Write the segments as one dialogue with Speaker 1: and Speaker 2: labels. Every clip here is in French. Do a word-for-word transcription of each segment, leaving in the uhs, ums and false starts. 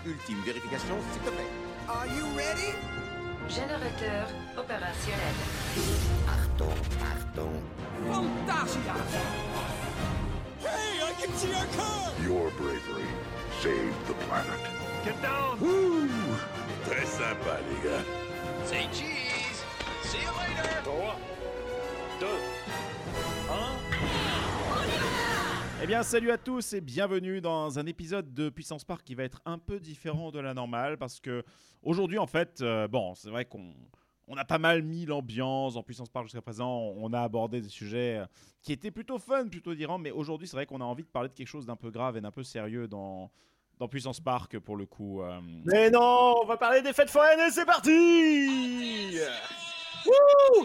Speaker 1: ultime vérification, s'il te plaît.
Speaker 2: Are you ready?
Speaker 3: Générateur opérationnel.
Speaker 1: Achtung, Achtung.
Speaker 2: Fantasia! Hey, I can see our car!
Speaker 4: Your bravery saved the planet.
Speaker 5: Get down!
Speaker 4: Woo! Très sympa, les gars.
Speaker 6: Say cheese! See you later!
Speaker 5: trois, deux, un...
Speaker 7: Eh bien, salut à tous et bienvenue dans un épisode de Puissance Park qui va être un peu différent de la normale parce que aujourd'hui, en fait, euh, bon, c'est vrai qu'on on a pas mal mis l'ambiance en Puissance Park jusqu'à présent. On a abordé des sujets euh, qui étaient plutôt fun, plutôt dirants, mais aujourd'hui, c'est vrai qu'on a envie de parler de quelque chose d'un peu grave et d'un peu sérieux dans, dans Puissance Park pour le coup. Euh...
Speaker 5: Mais non, on va parler des fêtes foraines et c'est parti! Wouh!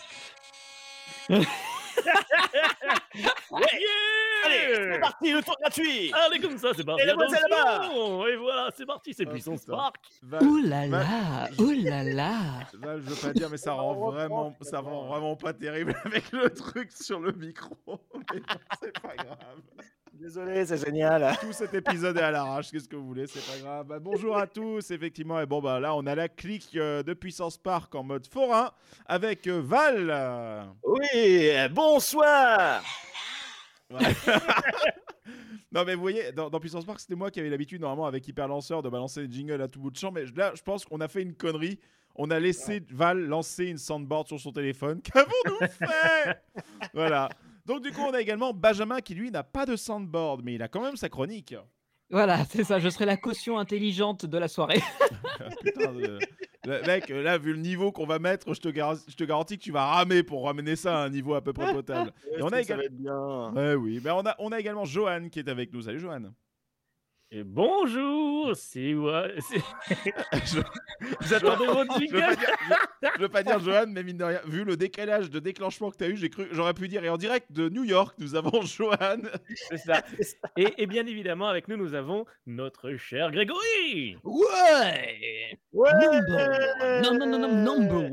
Speaker 5: Ouais. Allez, c'est parti, le tour gratuit.
Speaker 8: Allez, comme ça, c'est parti.
Speaker 5: Et la voici là-bas.
Speaker 8: Et voilà, c'est parti, c'est
Speaker 7: Oh,
Speaker 8: Puissance
Speaker 7: putain.
Speaker 8: Park.
Speaker 7: Val,
Speaker 9: Ouh là
Speaker 7: Val-
Speaker 9: là, ouh là là.
Speaker 7: Val, je veux pas dire, mais ça rend vraiment, ça rend vraiment pas terrible avec le truc sur le micro. Mais non, c'est pas grave.
Speaker 5: Désolé, c'est génial.
Speaker 7: Tout cet épisode est à l'arrache, qu'est-ce que vous voulez, c'est pas grave. Bah, bonjour à tous, effectivement, et bon bah là on a la clique euh, de Puissance Park en mode forain avec euh, Val. euh,
Speaker 5: Oui, bonsoir.
Speaker 7: ouais. Non mais vous voyez, dans, dans Puissance Park c'était moi qui avais l'habitude normalement avec Hyper Lanceur de balancer des jingles à tout bout de champ, mais là je pense qu'on a fait une connerie. On a laissé Val lancer une soundboard sur son téléphone. Qu'avons-nous fait? Voilà. Donc du coup on a également Benjamin qui lui n'a pas de soundboard, mais il a quand même sa chronique.
Speaker 9: Voilà, c'est ça, je serai la caution intelligente de la soirée.
Speaker 7: Putain, de- le- mec, euh, là, vu le niveau qu'on va mettre, je te, gar- je te garantis que tu vas ramer pour ramener ça à un niveau à peu près potable. Et on a
Speaker 5: ça
Speaker 7: également...
Speaker 5: va être bien.
Speaker 7: Ouais, oui, mais on a, on a également Johan qui est avec nous. Salut Johan.
Speaker 8: Et bonjour, c'est ouais, c'est-
Speaker 7: je,
Speaker 8: Vous attendez votre
Speaker 7: je veux
Speaker 8: jingle?
Speaker 7: pas dire, je- je veux pas dire Johan, mais mine de rien, vu le décalage de déclenchement que tu as eu, j'ai cru, j'aurais pu dire. Et en direct de New York, nous avons Johan.
Speaker 8: C'est ça. Et, et bien évidemment, avec nous, nous avons notre cher Grégory.
Speaker 9: Ouais.
Speaker 5: Ouais.
Speaker 9: Number. Non, non, non, non, number.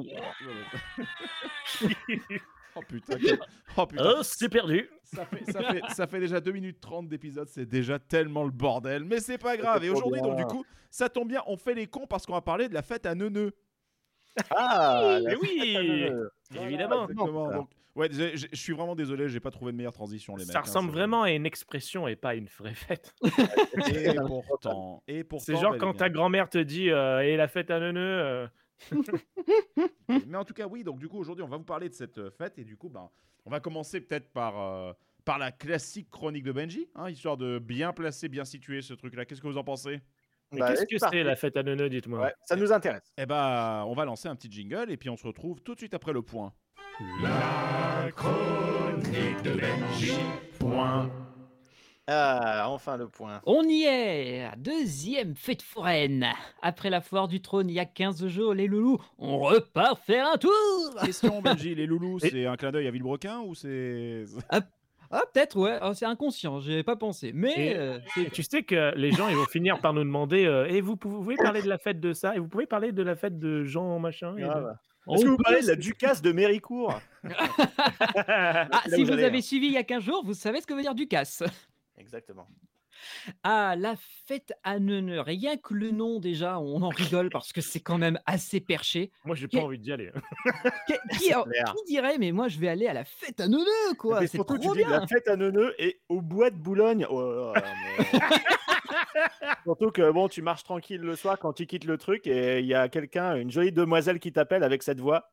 Speaker 7: Oh putain, quel- oh putain.
Speaker 8: Oh, c'est perdu.
Speaker 7: Ça fait, ça, fait, ça fait déjà deux minutes trente d'épisode, c'est déjà tellement le bordel, mais c'est pas grave. Et
Speaker 5: trop
Speaker 7: aujourd'hui, donc
Speaker 5: bien.
Speaker 7: du coup, ça tombe bien, on fait les cons parce qu'on va parler de la fête à Neuneu.
Speaker 5: Ah,
Speaker 8: Mais oui, évidemment.
Speaker 7: Exactement. Donc, ouais, désolé, je je suis vraiment désolé, j'ai pas trouvé de meilleure transition, les mecs.
Speaker 8: Ça
Speaker 7: hein,
Speaker 8: ressemble
Speaker 7: c'est-
Speaker 8: vraiment à une expression et pas à une vraie fête.
Speaker 7: Et pourtant, et pourtant.
Speaker 8: C'est genre
Speaker 7: bel et
Speaker 8: quand
Speaker 7: bien.
Speaker 8: ta grand-mère te dit euh, et la fête à neuneu. euh,
Speaker 7: Mais en tout cas, oui. Donc du coup, aujourd'hui, on va vous parler de cette euh, fête et du coup, ben, on va commencer peut-être par euh, par la classique chronique de Benji, hein, histoire de bien placer, bien situer ce truc-là. Qu'est-ce que vous en pensez?
Speaker 8: Mais
Speaker 5: Bah,
Speaker 8: qu'est-ce
Speaker 5: allez,
Speaker 8: que
Speaker 5: c'est parti.
Speaker 8: c'est la fête à neuneu, dites-moi.
Speaker 5: Ouais, ça nous intéresse.
Speaker 7: Eh ben, on va lancer un petit jingle et puis on se retrouve tout de suite après le point.
Speaker 4: La chronique de Benji. Point.
Speaker 5: Ah, enfin le point.
Speaker 9: On y est, deuxième fête foraine. Après la foire du trône il y a quinze jours, les loulous, on repart faire un tour.
Speaker 7: Question, Benji, les loulous,
Speaker 8: Et-
Speaker 7: c'est un clin d'œil à Villebrequin ou c'est...
Speaker 9: Ah, peut-être, ouais, ah, c'est inconscient, j'y avais pas pensé. Mais
Speaker 8: Et-
Speaker 9: euh,
Speaker 8: Et tu sais que les gens ils vont finir par nous demander euh, et vous pouvez, vous pouvez parler de la fête de ça et vous pouvez parler de la fête de Jean machin. et de-
Speaker 5: Grave.
Speaker 9: on
Speaker 5: Est-ce que vous
Speaker 9: peut
Speaker 5: parlez de
Speaker 9: se-
Speaker 5: la Ducasse de Méricourt?
Speaker 9: Ah,
Speaker 5: là
Speaker 9: si
Speaker 5: où
Speaker 9: vous
Speaker 5: j'allais,
Speaker 9: avez
Speaker 5: hein.
Speaker 9: suivi il y a quinze jours, vous savez ce que veut dire Ducasse.
Speaker 5: Exactement.
Speaker 9: Ah, la fête à Neuneu. Rien que le nom, déjà, on en rigole parce que c'est quand même assez perché.
Speaker 8: Moi j'ai
Speaker 9: Qui-
Speaker 8: pas envie d'y aller.
Speaker 9: Qui, qui- alors,
Speaker 5: clair.
Speaker 9: qui dirait, mais moi je vais aller à la fête à Neuneu, quoi.
Speaker 5: Mais
Speaker 9: C'est
Speaker 5: surtout,
Speaker 9: trop
Speaker 5: tu dis
Speaker 9: bien.
Speaker 5: la fête à Neuneu et au bois de Boulogne. Oh là là, mais- Surtout que bon, tu marches tranquille le soir quand tu quittes le truc et il y a quelqu'un, une jolie demoiselle qui t'appelle avec cette voix.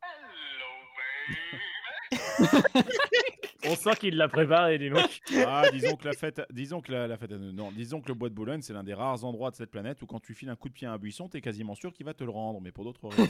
Speaker 8: On sent qu'il l'a préparé, dis donc.
Speaker 7: Ah, disons que la fête, disons que la, la fête, à Neuneu- non, disons que le bois de Boulogne, c'est l'un des rares endroits de cette planète où quand tu files un coup de pied à un buisson, t'es quasiment sûr qu'il va te le rendre, mais pour d'autres raisons.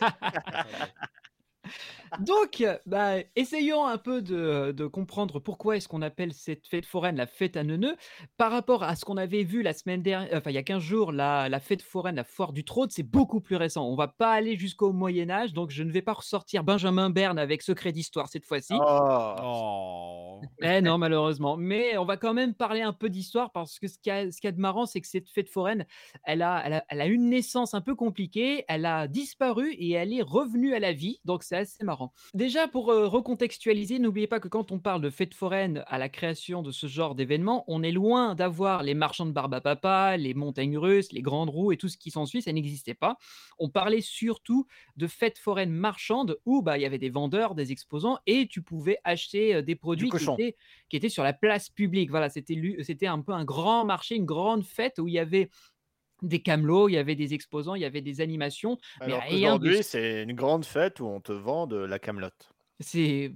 Speaker 9: Donc, euh, bah, essayons un peu de, de comprendre pourquoi est-ce qu'on appelle cette fête foraine la fête à Neuneu par rapport à ce qu'on avait vu la semaine dernière, enfin il y a quinze jours, la, la fête foraine, la foire du trône, c'est beaucoup plus récent. On va pas aller jusqu'au Moyen-Âge, donc je ne vais pas ressortir Benjamin Berne avec Secret d'Histoire cette fois-ci.
Speaker 5: Oh.
Speaker 7: Oh, non.
Speaker 9: Eh non, malheureusement. Mais on va quand même parler un peu d'histoire parce que ce qu'il y a, ce qu'il y a de marrant, c'est que cette fête foraine, elle a, elle a, elle a une naissance un peu compliquée, elle a disparu et elle est revenue à la vie. Donc c'est assez marrant. Déjà, pour euh, recontextualiser, n'oubliez pas que quand on parle de fête foraine à la création de ce genre d'événement, on est loin d'avoir les marchands de barbe à papa, les montagnes russes, les grandes roues et tout ce qui s'ensuit, ça n'existait pas. On parlait surtout de fêtes foraines marchandes où bah, il y avait des vendeurs, des exposants et tu pouvais acheter euh, des produits qui
Speaker 5: cochon.
Speaker 9: étaient, qui étaient sur la place publique. Voilà, c'était, lu- c'était un peu un grand marché, une grande fête où il y avait des camelots, il y avait des exposants, il y avait des animations, mais
Speaker 5: Alors
Speaker 9: rien de...
Speaker 5: qu'aujourd'hui, c'est une grande fête où on te vend de la camelote.
Speaker 9: C'est...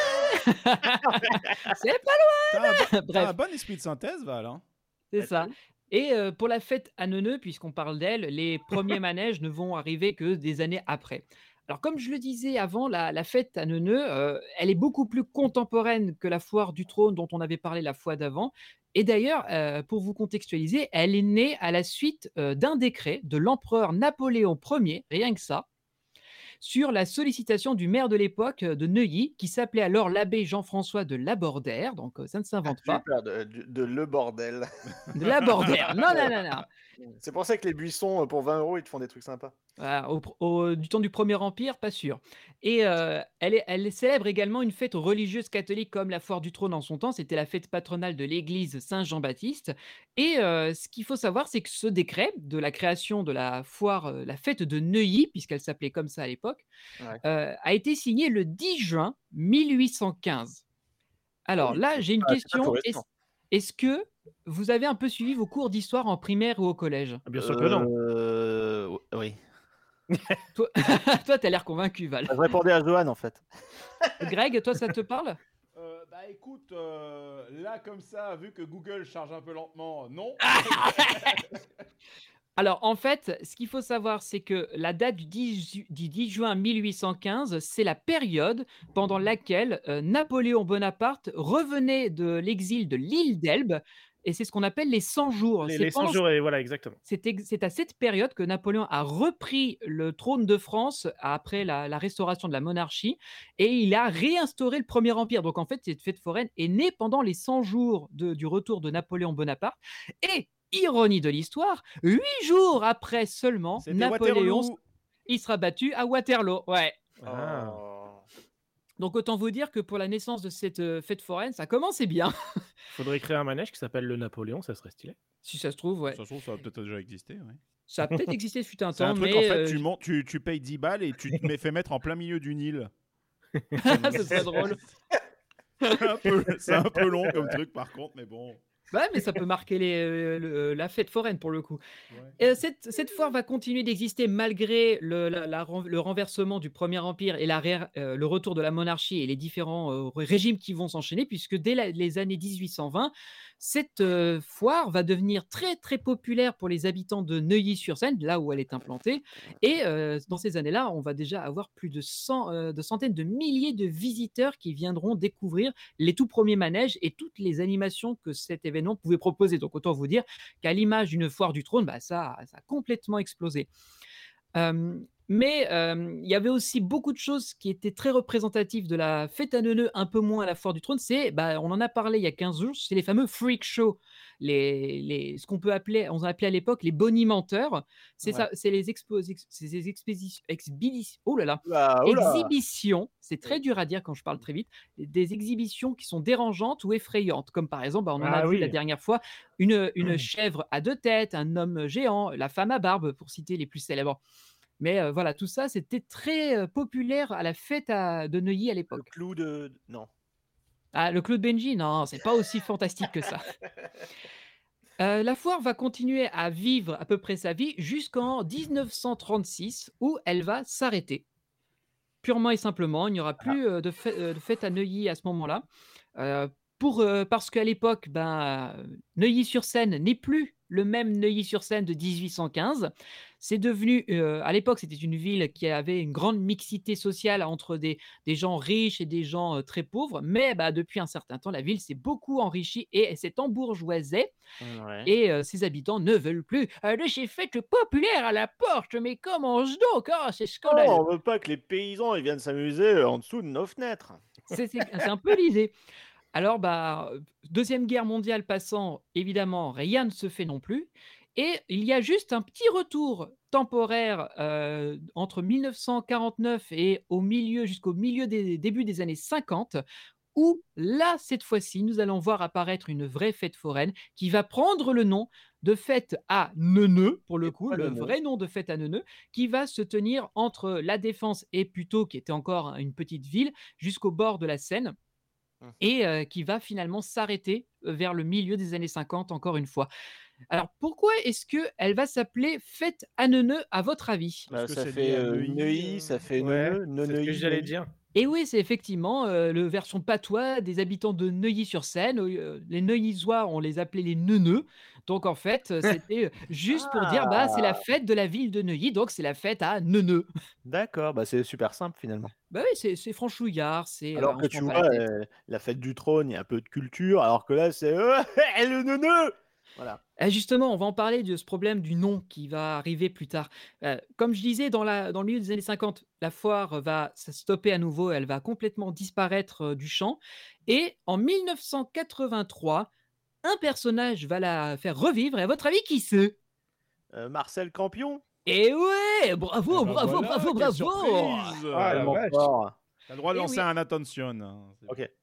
Speaker 9: c'est pas
Speaker 7: T'as un, bon- t'as
Speaker 9: Bref.
Speaker 7: un bon esprit de synthèse, Val. Hein.
Speaker 9: C'est ça. Et euh, pour la fête à Neuneu, puisqu'on parle d'elle, les premiers manèges ne vont arriver que des années après. Alors, comme je le disais avant, la, la fête à Neuneu, euh, elle est beaucoup plus contemporaine que la foire du trône dont on avait parlé la fois d'avant. Et d'ailleurs, euh, pour vous contextualiser, elle est née à la suite euh, d'un décret de l'empereur Napoléon Ier, rien que ça, sur la sollicitation du maire de l'époque euh, de Neuilly, qui s'appelait alors l'abbé Jean-François de Labordère, donc euh, ça ne s'invente
Speaker 5: J'ai eu
Speaker 9: pas.
Speaker 5: peur de, de- de le bordel.
Speaker 9: De Labordère, non, non, non, non.
Speaker 5: C'est pour ça que les buissons, pour vingt euros, ils te font des trucs sympas.
Speaker 9: Voilà, au pr- au- du temps du Premier Empire, pas sûr. Et euh, elle, est- elle célèbre également une fête religieuse catholique comme la Foire du Trône en son temps. C'était la fête patronale de l'église Saint-Jean-Baptiste. Et euh, ce qu'il faut savoir, c'est que ce décret de la création de la foire, euh, la fête de Neuilly, puisqu'elle s'appelait comme ça à l'époque,
Speaker 5: Ouais.
Speaker 9: euh, a été signé le dix juin mille huit cent quinze. Alors
Speaker 5: Oui,
Speaker 9: là, j'ai une
Speaker 5: Ah, c'est pas tout
Speaker 9: question.
Speaker 5: récent.
Speaker 9: Est-ce, est-ce que vous avez un peu suivi vos cours d'histoire en primaire ou au collège?
Speaker 8: Bien sûr que non.
Speaker 5: Euh, Oui.
Speaker 9: Toi, toi, tu as l'air convaincu, Val.
Speaker 5: Je répondais à Johan, en fait.
Speaker 9: Greg, toi, ça te parle?
Speaker 7: Euh, bah écoute, euh, là comme ça, vu que Google charge un peu lentement, non.
Speaker 9: Alors, en fait, ce qu'il faut savoir, c'est que la date du dix, ju- du dix juin mille huit cent quinze, c'est la période pendant laquelle euh, Napoléon Bonaparte revenait de l'exil de l'île d'Elbe, et c'est ce qu'on appelle les cent jours.
Speaker 8: Les,
Speaker 9: C'est
Speaker 8: les cent
Speaker 9: pendant
Speaker 8: jours, et voilà, exactement.
Speaker 9: C'est ex- c'est à cette période que Napoléon a repris le trône de France après la, la restauration de la monarchie et il a réinstauré le Premier Empire. Donc en fait, cette fête foraine est née pendant les cent jours de- du retour de Napoléon Bonaparte. Et, ironie de l'histoire, huit jours après seulement,
Speaker 7: C'était
Speaker 9: Napoléon,
Speaker 7: Waterloo.
Speaker 9: il sera battu à Waterloo. Ouais.
Speaker 8: Ah.
Speaker 5: Oh.
Speaker 9: Donc autant vous dire que pour la naissance de cette euh, fête foraine, ça commençait bien.
Speaker 8: Faudrait créer un manège qui s'appelle le Napoléon, ça serait stylé.
Speaker 9: Si ça se trouve, ouais.
Speaker 7: De toute façon, ça va peut-être déjà exister. Ouais.
Speaker 9: Ça a peut-être existé fut un
Speaker 7: C'est un
Speaker 9: temps,
Speaker 7: truc,
Speaker 9: mais
Speaker 7: en fait,
Speaker 9: euh,
Speaker 7: tu, montes, tu, tu payes dix balles et tu te mets, fais mettre en plein milieu d'une île.
Speaker 9: ce serait drôle.
Speaker 7: C'est un, peu, c'est un peu long comme truc, par contre, mais bon.
Speaker 9: Ouais, mais ça peut marquer les, euh, le- la fête foraine pour le coup.
Speaker 7: Ouais.
Speaker 9: Et cette, cette foire va continuer d'exister malgré le, la- la ren- le renversement du Premier Empire et la ré- euh, le retour de la monarchie et les différents euh, régimes qui vont s'enchaîner, puisque dès la- les années dix-huit cent vingt, cette euh, foire va devenir très très populaire pour les habitants de Neuilly-sur-Seine, là où elle est implantée. Et euh, dans ces années-là, on va déjà avoir plus de, cent, euh, de centaines de milliers de visiteurs qui viendront découvrir les tout premiers manèges et toutes les animations que cet événement pouvait proposer. Donc autant vous dire qu'à l'image d'une foire du trône, bah, ça, ça a complètement explosé. Euh, mais euh, il y avait aussi beaucoup de choses qui étaient très représentatives de la fête à Neuneu, un peu moins à la foire du trône. C'est, bah, on en a parlé il y a quinze jours, c'est les fameux freak shows, les, les, ce qu'on peut appeler, on appelait à l'époque les bonimenteurs. C'est
Speaker 5: Ouais.
Speaker 9: ça, c'est les expos, ex- c'est les expéditions, expéditions, oh là là,
Speaker 5: Oula, oula.
Speaker 9: exhibitions, c'est très dur à dire quand je parle très vite, des exhibitions qui sont dérangeantes ou effrayantes, comme par exemple, bah, on en a
Speaker 8: Ah
Speaker 9: vu
Speaker 8: oui.
Speaker 9: la dernière fois, une, une chèvre à deux têtes, un homme géant, la femme à barbe, pour citer les plus célèbres. Mais euh, voilà, tout ça, c'était très euh, populaire à la fête à- de Neuilly à
Speaker 5: Le
Speaker 9: l'époque.
Speaker 5: clou de. Non.
Speaker 9: Ah, le Clou de Benji, non, c'est pas aussi fantastique que ça. Euh, la foire va continuer à vivre à peu près sa vie jusqu'en dix-neuf cent trente-six, où elle va s'arrêter. Purement et simplement, il n'y aura plus euh, de, fê- euh, de fête à Neuilly à ce moment-là. Euh, pour, euh, parce qu'à l'époque, ben, euh, Neuilly-sur-Seine n'est plus le même Neuilly-sur-Seine de dix-huit cent quinze. C'est devenu, euh, à l'époque, c'était une ville qui avait une grande mixité sociale entre des, des gens riches et des gens euh, très pauvres. Mais bah, depuis un certain temps, la ville s'est beaucoup enrichie et elle s'est embourgeoisée.
Speaker 5: Ouais.
Speaker 9: Et euh, ses habitants ne veulent plus euh, de ces fêtes populaires à la porte. Mais comment je donc? Oh, c'est
Speaker 5: Oh,
Speaker 9: scandaleux.
Speaker 5: on veut pas que les paysans ils viennent s'amuser euh, en dessous de nos fenêtres.
Speaker 9: C'est c'est- c'est un peu l'idée. Alors, bah, heu, deuxième guerre mondiale passant, évidemment, rien ne se fait non plus et il y a juste un petit retour temporaire, heu, entre mille neuf cent quarante-neuf et au milieu jusqu'au milieu des début des années cinquante où là, cette fois-ci, nous allons voir apparaître une vraie fête foraine qui va prendre le nom de fête à Neuneu, pour le
Speaker 5: Et
Speaker 9: coup,
Speaker 5: pourquoi
Speaker 9: le
Speaker 5: Neuneu?
Speaker 9: vrai nom de fête à Neuneu, qui va se tenir entre La Défense et Puteaux, qui était encore une petite ville, jusqu'au bord de la Seine
Speaker 5: Mmh.
Speaker 9: et heu, qui va finalement s'arrêter, heu, vers le milieu des années cinquante encore une fois. Alors pourquoi est-ce qu'elle va s'appeler fête à Neuneu à votre avis?
Speaker 7: Parce
Speaker 5: Bah,
Speaker 7: que
Speaker 5: ça
Speaker 7: c'est lié
Speaker 5: fait,
Speaker 7: à
Speaker 5: heu,
Speaker 7: Neuilly.
Speaker 5: Neuilly,
Speaker 7: euh,
Speaker 5: ça fait
Speaker 8: Ouais,
Speaker 5: Neuneu,
Speaker 8: c'est ce que
Speaker 5: Neuneuilly,
Speaker 8: j'allais
Speaker 5: Neuilly.
Speaker 8: dire.
Speaker 9: Et oui, c'est effectivement, heu, le version patois des habitants de Neuilly-sur-Seine, heu, les Neuillysois, on les appelait les neuneux. Donc en fait, heu, c'était, heu, juste pour dire, bah, c'est la
Speaker 5: Ah!
Speaker 9: fête de la ville de Neuilly, donc c'est la fête à Neuneu.
Speaker 5: D'accord, bah, c'est super simple finalement.
Speaker 9: Bah oui, c'est c'est franchouillard, c'est, heu,
Speaker 5: Alors
Speaker 9: on
Speaker 5: que
Speaker 9: se
Speaker 5: tu
Speaker 9: prend pas la
Speaker 5: vois,
Speaker 9: tête.
Speaker 5: heu, la fête du trône, il y a un peu de culture, alors que là, c'est: «Heu, le neuneu!» Voilà.
Speaker 9: Ah justement, on va en parler de ce problème du nom qui va arriver plus tard. Heu, comme je disais dans la dans le milieu des années cinquante, la foire va se stopper à nouveau, elle va complètement disparaître, heu, du champ et en mille neuf cent quatre-vingt-trois, un personnage va la faire revivre et à votre avis qui c'est?
Speaker 5: Heu, Marcel Campion?
Speaker 9: Et ouais!
Speaker 7: Eh
Speaker 9: Bravo,
Speaker 7: ben
Speaker 9: bravo,
Speaker 7: voilà,
Speaker 9: bravo,
Speaker 7: quelle
Speaker 9: bravo!
Speaker 7: surprise!
Speaker 8: Ah la
Speaker 5: Tellement
Speaker 8: vache!
Speaker 5: fort.
Speaker 7: T'as le droit de
Speaker 9: Et
Speaker 7: lancer
Speaker 9: oui.
Speaker 7: un attention, hein, c'est bon.
Speaker 5: OK.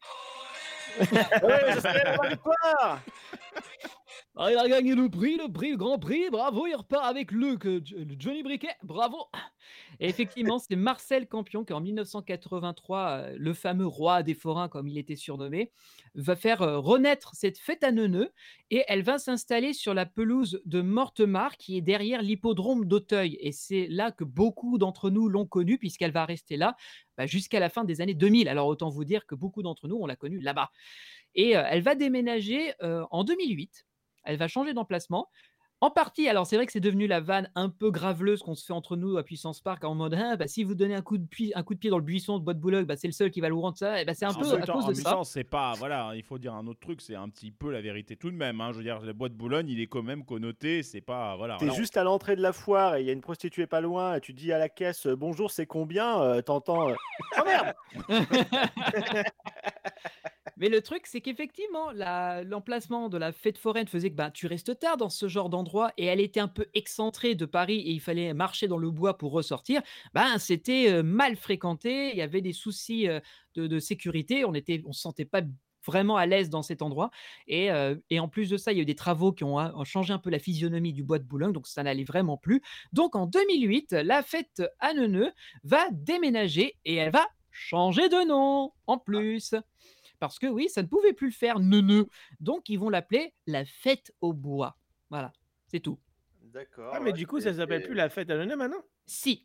Speaker 5: Ouais, je célèbre ma victoire!
Speaker 9: Ah, il a gagné le prix, le prix, le grand prix, bravo, il repart avec le que le Johnny Briquet, bravo! Et effectivement, c'est Marcel Campion qui en mille neuf cent quatre-vingt-trois, heu, le fameux roi des forains comme il était surnommé, va faire, heu, renaître cette fête à Neuneu et elle va s'installer sur la pelouse de Mortemart qui est derrière l'hippodrome d'Auteuil et c'est là que beaucoup d'entre nous l'ont connue puisqu'elle va rester là, bah, jusqu'à la fin des années deux mille. Alors autant vous dire que beaucoup d'entre nous, on l'a connue là-bas et heu, elle va déménager, heu, en deux mille huit. Elle va changer d'emplacement. En partie, alors c'est vrai que c'est devenu la vanne un peu graveleuse qu'on se fait entre nous à Puissance Park en mode: «Ah bah, si vous donnez un coup de pui un coup de pied dans le buisson de Bois de Boulogne, bah, c'est le seul qui va vous rendre ça» et bah, c'est un
Speaker 7: En
Speaker 9: peu
Speaker 7: même
Speaker 9: à
Speaker 7: temps,
Speaker 9: cause
Speaker 7: en
Speaker 9: de
Speaker 7: même
Speaker 9: ça.
Speaker 7: temps, c'est pas. Voilà, il faut dire un autre truc, c'est un petit peu la vérité tout de même. Hein. Je veux dire, le bois de Boulogne, il est quand même connoté, c'est pas. Voilà.
Speaker 5: Tu es
Speaker 7: Là, on-
Speaker 5: juste à l'entrée de la foire et il y a une prostituée pas loin et tu dis à la caisse: «Heu, bonjour, c'est combien?» heu, tu entends, heu: «Oh merde!»
Speaker 9: Mais le truc, c'est qu'effectivement, la l'emplacement de la fête foraine faisait que, bah, tu restes tard dans ce genre d'endroit et elle était un peu excentrée de Paris et il fallait marcher dans le bois pour ressortir. Ben, c'était, heu, mal fréquenté, il y avait des soucis, heu, de de sécurité, on était on se sentait pas vraiment à l'aise dans cet endroit et heu et en plus de ça, il y a eu des travaux qui ont a ont changé un peu la physionomie du bois de Boulogne, donc ça n'allait vraiment plus. Donc en deux mille huit, la fête à Neuneu va déménager et elle va changer de nom, en plus. Parce que oui, ça ne pouvait plus le faire, neuneu. Donc ils vont l'appeler la fête au bois. Voilà, c'est tout.
Speaker 8: Ah
Speaker 5: D'accord,
Speaker 8: mais
Speaker 5: ouais,
Speaker 8: du coup,
Speaker 5: c'est
Speaker 8: ça s'appelle plus
Speaker 5: c'est
Speaker 8: la fête à Neuneu maintenant?
Speaker 9: Si,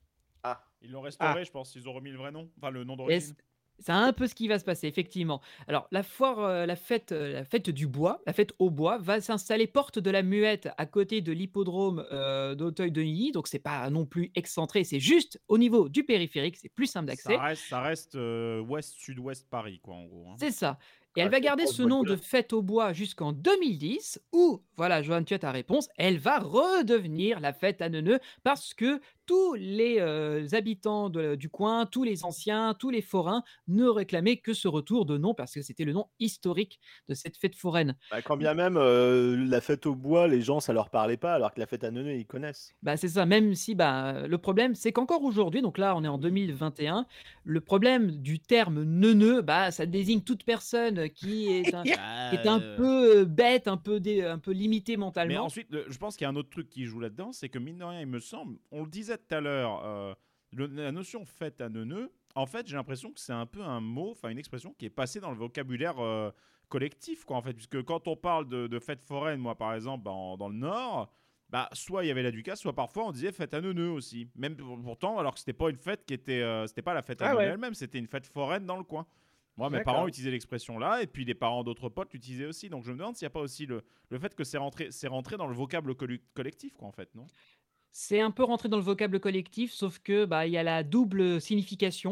Speaker 5: ah,
Speaker 7: Ils l'ont
Speaker 8: Ah,
Speaker 7: restauré, je pense, ils ont remis le vrai nom. Enfin, le nom
Speaker 9: et c
Speaker 7: d'origine.
Speaker 9: c'est un peu ce qui va se passer, effectivement. Alors la foire, heu, la fête, heu, la fête du bois, la fête au bois va s'installer porte de la Muette à côté de l'hippodrome, heu, d'Auteuil-Denis, donc c'est pas non plus excentré, c'est juste au niveau du périphérique, c'est plus simple
Speaker 7: Ça
Speaker 9: d'accès.
Speaker 7: reste, ça reste euh, ouest-sud-ouest Paris, quoi, en gros. Hein.
Speaker 9: C'est ça et
Speaker 5: ah,
Speaker 9: elle va
Speaker 5: c'est
Speaker 9: garder
Speaker 5: proche
Speaker 9: ce
Speaker 5: Bois de
Speaker 9: nom de
Speaker 5: Boulogne.
Speaker 9: fête au bois jusqu'en deux mille dix où, voilà, Johan, tu as ta réponse, elle va redevenir la fête à Neuneu parce que tous les, heu, habitants de du coin, tous les anciens, tous les forains ne réclamaient que ce retour de nom parce que c'était le nom historique de cette fête foraine.
Speaker 5: Bah, quand bien même, heu, la fête au bois, les gens, ça leur parlait pas, alors que la fête à Neuneu, ils connaissent.
Speaker 9: Bah, c'est ça, même si, bah, le problème, c'est qu'encore aujourd'hui, donc là, on est
Speaker 7: Ah
Speaker 9: en
Speaker 7: oui.
Speaker 9: deux mille vingt et un, le problème du terme neuneu, bah, ça désigne toute personne qui est un qui est un
Speaker 7: Bah,
Speaker 9: peu, heu, bête, un peu dé un peu limitée
Speaker 7: Mais
Speaker 9: mentalement.
Speaker 7: ensuite, le- je pense qu'il y a un autre truc qui joue là-dedans, c'est que mine de rien, il me semble, on le disait tout à l'heure, euh, le- la notion fête à neuneu, en fait, j'ai l'impression que c'est un peu un mot, enfin une expression qui est passée dans le vocabulaire euh, collectif, quoi, en fait, puisque quand on parle de, de fête foraine, moi par exemple, en- dans le Nord, bah, soit il y avait la Ducasse, soit parfois on disait fête à neuneu aussi. Même pour- pourtant, alors que c'était pas une fête qui était, euh, c'était pas la fête à
Speaker 8: ah
Speaker 7: neuneu
Speaker 8: ouais,
Speaker 7: elle-même, c'était une fête foraine dans le coin. Moi, mes
Speaker 8: d'accord.
Speaker 7: parents utilisaient l'expression là, et puis les parents d'autres potes l'utilisaient aussi. Donc je me demande s'il n'y a pas aussi le, le fait que c'est rentré, c'est rentré dans le vocable collu- collectif, quoi, en fait, non?
Speaker 9: C'est un peu rentré dans le vocable collectif, sauf que, bah, il y a la double signification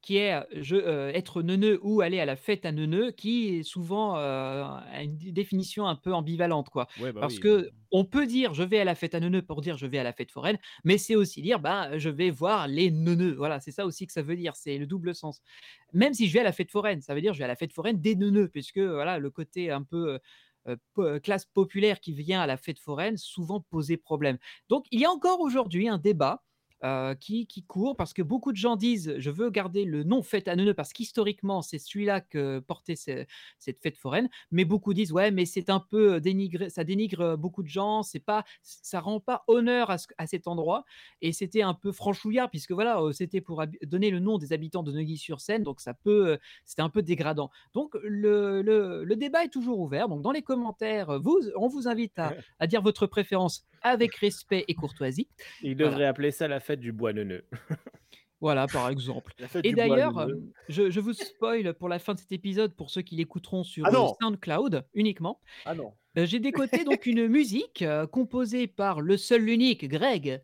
Speaker 9: qui est euh, je, euh, être neuneu ou aller à la fête à neuneu, qui est souvent euh, a une d- définition un peu ambivalente, quoi.
Speaker 7: Ouais, bah
Speaker 9: Parce
Speaker 7: oui.
Speaker 9: que on peut dire je vais à la fête à neuneu pour dire je vais à la fête foraine, mais c'est aussi dire ben, je vais voir les neuneux. Voilà, c'est ça aussi que ça veut dire, c'est le double sens. Même si je vais à la fête foraine, ça veut dire je vais à la fête foraine des neuneux, puisque voilà, le côté un peu euh, po- euh, classe populaire qui vient à la fête foraine souvent poser problème. Donc il y a encore aujourd'hui un débat euh, qui, qui court parce que beaucoup de gens disent je veux garder le nom fête à neuneu parce qu'historiquement c'est celui-là que portait ce- cette fête foraine, mais beaucoup disent ouais mais c'est un peu dénigré, ça dénigre euh, beaucoup de gens, c'est pas, ça rend pas honneur à, ce- à cet endroit et c'était un peu franchouillard puisque voilà euh, c'était pour habi- donner le nom des habitants de Neuilly-sur-Seine, donc ça peut euh, c'était un peu dégradant. Donc le, le- le débat est toujours ouvert. Donc dans les commentaires, vous, on vous invite à, à dire votre préférence avec respect et courtoisie.
Speaker 8: Il
Speaker 9: Voilà.
Speaker 8: devrait appeler ça la fête du bois neuneux.
Speaker 9: Voilà, par exemple.
Speaker 5: La fête
Speaker 9: Et
Speaker 5: du bois
Speaker 9: d'ailleurs,
Speaker 5: neuneux.
Speaker 9: euh, je, je vous spoil pour la fin de cet épisode pour ceux qui l'écouteront sur
Speaker 5: Ah
Speaker 9: euh,
Speaker 5: non
Speaker 9: SoundCloud uniquement.
Speaker 5: Ah non.
Speaker 9: Euh, J'ai décoté donc une musique euh, composée par le seul, l'unique Greg.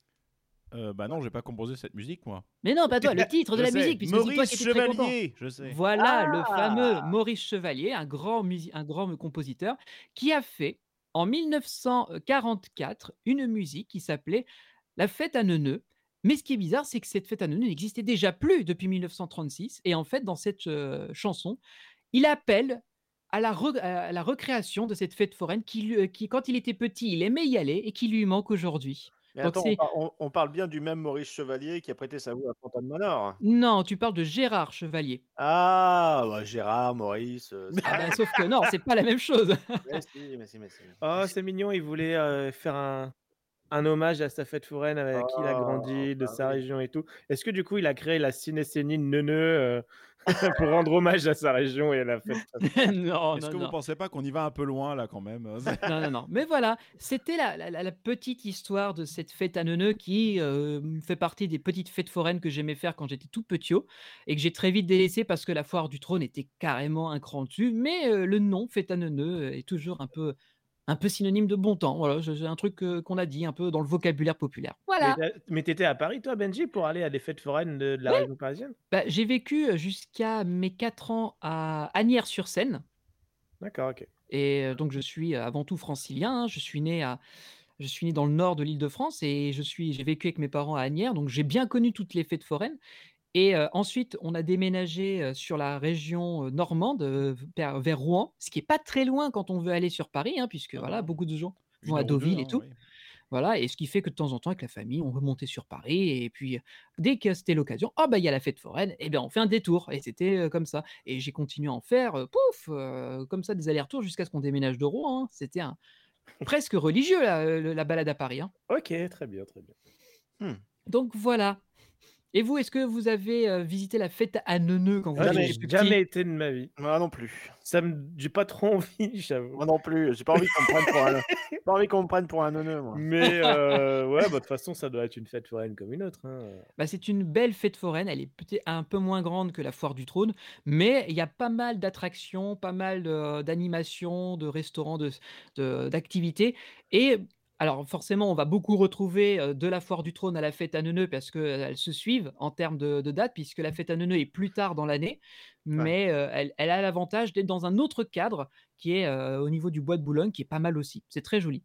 Speaker 7: Euh, bah non, j'ai pas composé cette musique, moi.
Speaker 9: Mais non, pas toi, le titre de
Speaker 7: Je
Speaker 9: la
Speaker 7: sais,
Speaker 9: musique, puisque c'est toi
Speaker 7: Maurice
Speaker 9: qui étais très content.
Speaker 7: Chevalier, je sais.
Speaker 9: Voilà le
Speaker 5: Ah
Speaker 9: fameux Maurice Chevalier, un grand, musi- un grand compositeur, qui a fait en mille neuf cent quarante-quatre une musique qui s'appelait La fête à Neuneu. Mais ce qui est bizarre, c'est que cette fête à Neuneu n'existait déjà plus depuis mille neuf cent trente-six. Et en fait, dans cette euh, chanson, il appelle à la, re- à la recréation de cette fête foraine qui, lui- qui, quand il était petit, il aimait y aller et qui lui manque aujourd'hui.
Speaker 5: Mais
Speaker 9: Donc
Speaker 5: attends, on,
Speaker 9: c'est...
Speaker 5: par- on- on parle bien du même Maurice Chevalier qui a prêté sa voix à Fontaine Manor.
Speaker 9: Non, tu parles de Gérard Chevalier.
Speaker 5: Ah, bah, Gérard, Maurice. euh, c'est
Speaker 9: Ah
Speaker 5: pas-
Speaker 9: ben, sauf que non, c'est pas la même chose.
Speaker 5: mais si, mais si, mais si.
Speaker 8: Oh, c'est mignon, il voulait euh, faire un, un hommage à sa fête foraine avec qui il a
Speaker 5: Oh,
Speaker 8: grandi, de
Speaker 5: bah
Speaker 8: sa
Speaker 5: oui.
Speaker 8: région et tout. Est-ce que du coup, il a créé la cinécénie neuneu euh, pour rendre hommage à sa région et à la fête?
Speaker 9: non,
Speaker 7: Est-ce
Speaker 9: non,
Speaker 7: que
Speaker 9: non.
Speaker 7: vous pensez pas qu'on y va un peu loin, là, quand même?
Speaker 9: Non, non, non. Mais voilà, c'était la, la- la- la petite histoire de cette fête à Neuneu qui euh, fait partie des petites fêtes foraines que j'aimais faire quand j'étais tout petit et que j'ai très vite délaissé parce que la foire du trône était carrément un cran dessus. Mais euh, le nom fête à Neuneu est toujours un peu, un peu synonyme de bon temps. Voilà, c'est un truc euh, qu'on a dit un peu dans le vocabulaire populaire.
Speaker 8: Mais
Speaker 9: Voilà.
Speaker 8: t'as- Mais t'étais à Paris, toi, Benji, pour aller à des fêtes foraines de, de la
Speaker 9: Ouais.
Speaker 8: région parisienne?
Speaker 9: Bah, j'ai vécu jusqu'à mes quatre ans à Asnières-sur-Seine.
Speaker 8: D'accord, ok.
Speaker 9: Et euh, donc, je suis euh, avant tout francilien, hein. Je suis né à, je suis né dans le nord de l'Île-de-France et je suis, j'ai vécu avec mes parents à Asnières, donc j'ai bien connu toutes les fêtes foraines. Et euh, ensuite, on a déménagé euh, sur la région euh, normande, euh, vers, vers Rouen, ce qui est pas très loin quand on veut aller sur Paris, hein, puisque
Speaker 7: Ah
Speaker 9: voilà,
Speaker 7: non.
Speaker 9: beaucoup de gens
Speaker 7: Une
Speaker 9: vont à
Speaker 7: heure ou deux,
Speaker 9: Deauville et
Speaker 7: hein,
Speaker 9: tout.
Speaker 7: oui.
Speaker 9: Voilà, et ce qui fait que de temps en temps, avec la famille, on remontait sur Paris. Et puis, euh, dès que c'était l'occasion, ah bah il y a la fête foraine, et bien on fait un détour. Et c'était euh, comme ça. Et j'ai continué à en faire, euh, pouf, euh, comme ça, des allers-retours jusqu'à ce qu'on déménage de Rouen, hein. C'était un, presque religieux, la, euh, la balade à Paris, hein.
Speaker 8: Ok, très bien, très bien.
Speaker 9: Donc voilà. Et vous, est-ce que vous avez euh, visité la fête à Neuneu quand vous
Speaker 5: Ah,
Speaker 9: étiez
Speaker 5: mais
Speaker 8: Jamais,
Speaker 9: plus petit?
Speaker 8: jamais été de ma vie.
Speaker 5: Moi non plus.
Speaker 8: Ça me, j'ai pas trop envie, j'avoue.
Speaker 5: Moi non plus. J'ai pas envie qu'on me prenne pour un. J'ai pas envie qu'on me prenne pour un neuneu, moi.
Speaker 8: Mais euh, ouais, bah, de toute façon, ça doit être une fête foraine comme une autre, hein.
Speaker 9: Bah, c'est une belle fête foraine, elle est peut-être un peu moins grande que la foire du trône, mais il y a pas mal d'attractions, pas mal de- d'animations, de restaurants, de, de- d'activités. Et alors forcément, on va beaucoup retrouver euh, de la foire du trône à la fête à Neuneu parce qu'elles se suivent en termes de, de date, puisque la fête à Neuneu est plus tard dans l'année, mais euh, elle, elle a l'avantage d'être dans un autre cadre qui est euh, au niveau du bois de Boulogne, qui est pas mal aussi. C'est très joli.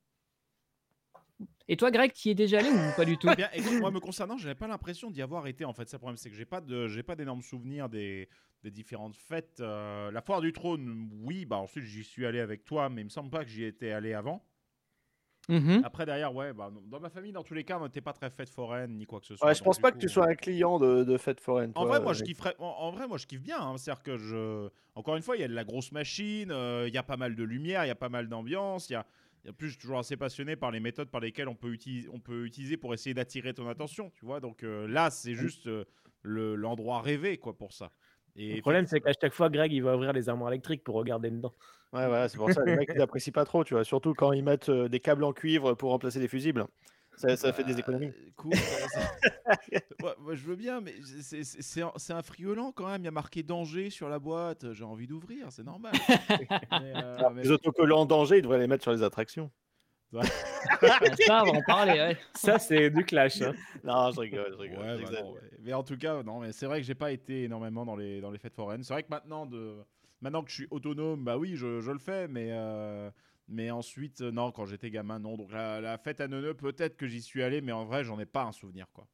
Speaker 9: Et toi, Greg, tu y es déjà allé ou pas du tout?
Speaker 7: Eh bien, écoute, moi, me concernant, je n'avais pas l'impression d'y avoir été. En fait, ça, le problème, c'est que j'ai pas de, j'ai pas d'énormes souvenirs des, des différentes fêtes. Euh, la foire du trône, oui. Bah ensuite, j'y suis allé avec toi, mais il me semble pas que j'y étais allé avant.
Speaker 9: Mhm.
Speaker 7: Après, derrière, ouais, bah, dans ma famille, dans tous les cas, on n'était pas très fête foraine ni quoi que ce soit.
Speaker 5: Ouais, je
Speaker 7: donc,
Speaker 5: pense
Speaker 7: du
Speaker 5: pas
Speaker 7: coup,
Speaker 5: que tu sois un client de, de fête foraine.
Speaker 7: En
Speaker 5: toi,
Speaker 7: vrai, moi,
Speaker 5: euh,
Speaker 7: je
Speaker 5: mec.
Speaker 7: kifferais. En, en vrai, moi, je kiffe bien. Hein. C'est-à-dire que je. Encore une fois, il y a de la grosse machine, euh, il y a pas mal de lumière, il y a pas mal d'ambiance. Il y a. Et en plus, je suis toujours assez passionné par les méthodes par lesquelles on peut, utiliser, on peut utiliser pour essayer d'attirer ton attention, tu vois. Donc euh, là, c'est juste euh, le, l'endroit rêvé, quoi, pour ça. Et
Speaker 8: Le problème, c'est qu'à chaque fois, Greg, il va ouvrir les armoires électriques pour regarder dedans.
Speaker 5: Ouais, voilà, c'est pour ça les mecs ils apprécient pas trop, tu vois. Surtout quand ils mettent euh, des câbles en cuivre pour remplacer des fusibles. Ça, ça fait des économies.
Speaker 7: Euh, cool, ça- ça- Ouais, moi, je veux bien, mais c'est, c'est, c'est un, c'est un friolant quand même. Il y a marqué danger sur la boîte. J'ai envie d'ouvrir, c'est normal. Mais, euh, mais-
Speaker 5: Les autocollants en danger, ils devraient les mettre sur les attractions.
Speaker 7: Ça-
Speaker 9: Ah, ça, on va en parler. Ouais.
Speaker 8: Ça, c'est du clash. hein.
Speaker 5: Non, je rigole, je rigole.
Speaker 7: Ouais, bah
Speaker 5: j'exagère.
Speaker 7: non, ouais. Mais en tout cas, non, mais c'est vrai que j'ai pas été énormément dans les, dans les fêtes foraines. C'est vrai que maintenant, de... maintenant que je suis autonome, bah oui, je, je le fais, mais, euh, mais ensuite, euh, non, quand j'étais gamin, non. Donc la, la fête à Neuneu, peut-être que j'y suis allé, mais en vrai, j'en ai pas un souvenir, quoi.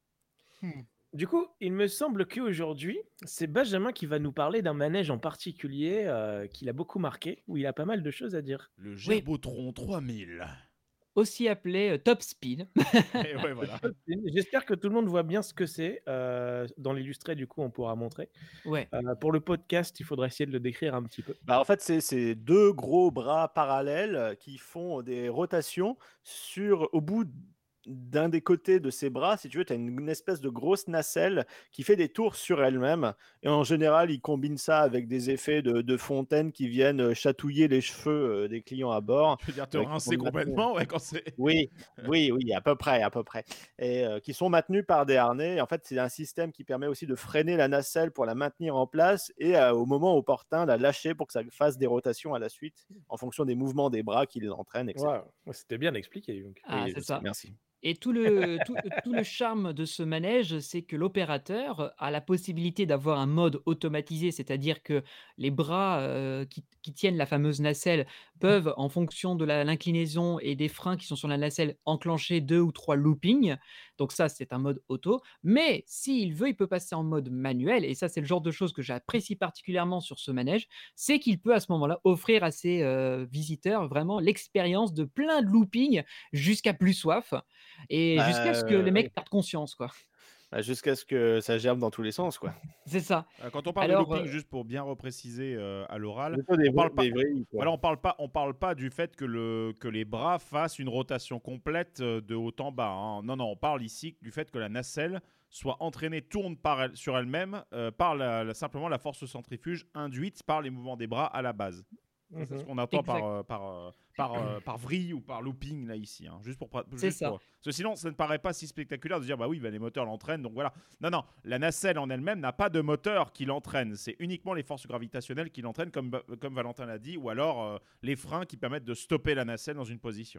Speaker 8: Du coup, il me semble qu'aujourd'hui, c'est Benjamin qui va nous parler d'un manège en particulier euh, qui l'a beaucoup marqué, où il a pas mal de choses à dire.
Speaker 7: Le Gerbotron trois mille.
Speaker 9: Aussi appelé euh, Top Speed.
Speaker 7: Et ouais, voilà.
Speaker 8: J'espère que tout le monde voit bien ce que c'est. euh, dans l'illustré, du coup, on pourra montrer.
Speaker 9: Ouais.
Speaker 8: Euh, pour le podcast, il faudra essayer de le décrire un petit peu.
Speaker 5: Bah, en fait, c'est c'est deux gros bras parallèles euh, qui font des rotations sur, au bout d'un des côtés de ces bras, si tu veux, tu as une, une espèce de grosse nacelle qui fait des tours sur elle-même. Et en général, ils combinent ça avec des effets de, de fontaine qui viennent euh, chatouiller les cheveux euh, des clients à bord.
Speaker 7: Je veux dire, te
Speaker 5: euh, qui sont
Speaker 7: rincer
Speaker 5: maintenus-
Speaker 7: complètement, ouais, quand c'est.
Speaker 5: Oui, oui, oui, à peu près, à peu près. Et euh, qui sont maintenus par des harnais. Et en fait, c'est un système qui permet aussi de freiner la nacelle pour la maintenir en place et euh, au moment opportun, la lâcher pour que ça fasse des rotations à la suite en fonction des mouvements des bras qui l'entraînent, et cetera.
Speaker 8: Wow, c'était bien expliqué. Donc.
Speaker 9: Ah,
Speaker 5: Oui,
Speaker 9: c'est
Speaker 5: je sais,
Speaker 9: ça.
Speaker 5: merci.
Speaker 9: Et tout le, tout, tout le charme de ce manège, c'est que l'opérateur a la possibilité d'avoir un mode automatisé, c'est-à-dire que les bras euh, qui, qui tiennent la fameuse nacelle peuvent, en fonction de la- l'inclinaison et des freins qui sont sur la nacelle, enclencher deux ou trois loopings. Donc ça, c'est un mode auto. Mais s'il veut, il peut passer en mode manuel. Et ça, c'est le genre de choses que j'apprécie particulièrement sur ce manège, c'est qu'il peut à ce moment-là offrir à ses euh, visiteurs vraiment l'expérience de plein de loopings jusqu'à plus soif. Et
Speaker 5: Bah,
Speaker 9: jusqu'à ce que les
Speaker 5: oui.
Speaker 9: mecs perdent conscience, quoi.
Speaker 5: Bah, jusqu'à ce que ça germe dans tous les sens, quoi.
Speaker 9: C'est ça.
Speaker 7: Euh, Quand on parle
Speaker 9: Alors,
Speaker 7: de looping,
Speaker 9: euh,
Speaker 7: juste pour bien repréciser euh, à l'oral,
Speaker 5: Plutôt des
Speaker 7: on parle
Speaker 5: vrais-
Speaker 7: pas.
Speaker 5: des vrilles, quoi.
Speaker 7: Voilà, on parle pas, on parle pas du fait que, le, que les bras fassent une rotation complète euh, de haut en bas. hein. Non, non, on parle ici du fait que la nacelle soit entraînée, tourne par elle, sur elle-même euh, par la- la- simplement la force centrifuge induite par les mouvements des bras à la base. Ça, C'est ce
Speaker 8: Mhm.
Speaker 7: qu'on entend par,
Speaker 9: Exact.
Speaker 7: euh, par, euh, par, euh, par vrille ou par looping là ici. hein. Juste pour, pra-
Speaker 9: C'est
Speaker 7: juste
Speaker 9: ça.
Speaker 7: pour- Parce que sinon, ça ne paraît pas si spectaculaire de dire bah oui, bah, les moteurs l'entraînent, donc voilà. Non, non, la nacelle en elle-même n'a pas de moteur qui l'entraîne. C'est uniquement les forces gravitationnelles qui l'entraînent, comme, Ba- comme Valentin l'a dit, ou alors euh, les freins qui permettent de stopper la nacelle dans une position.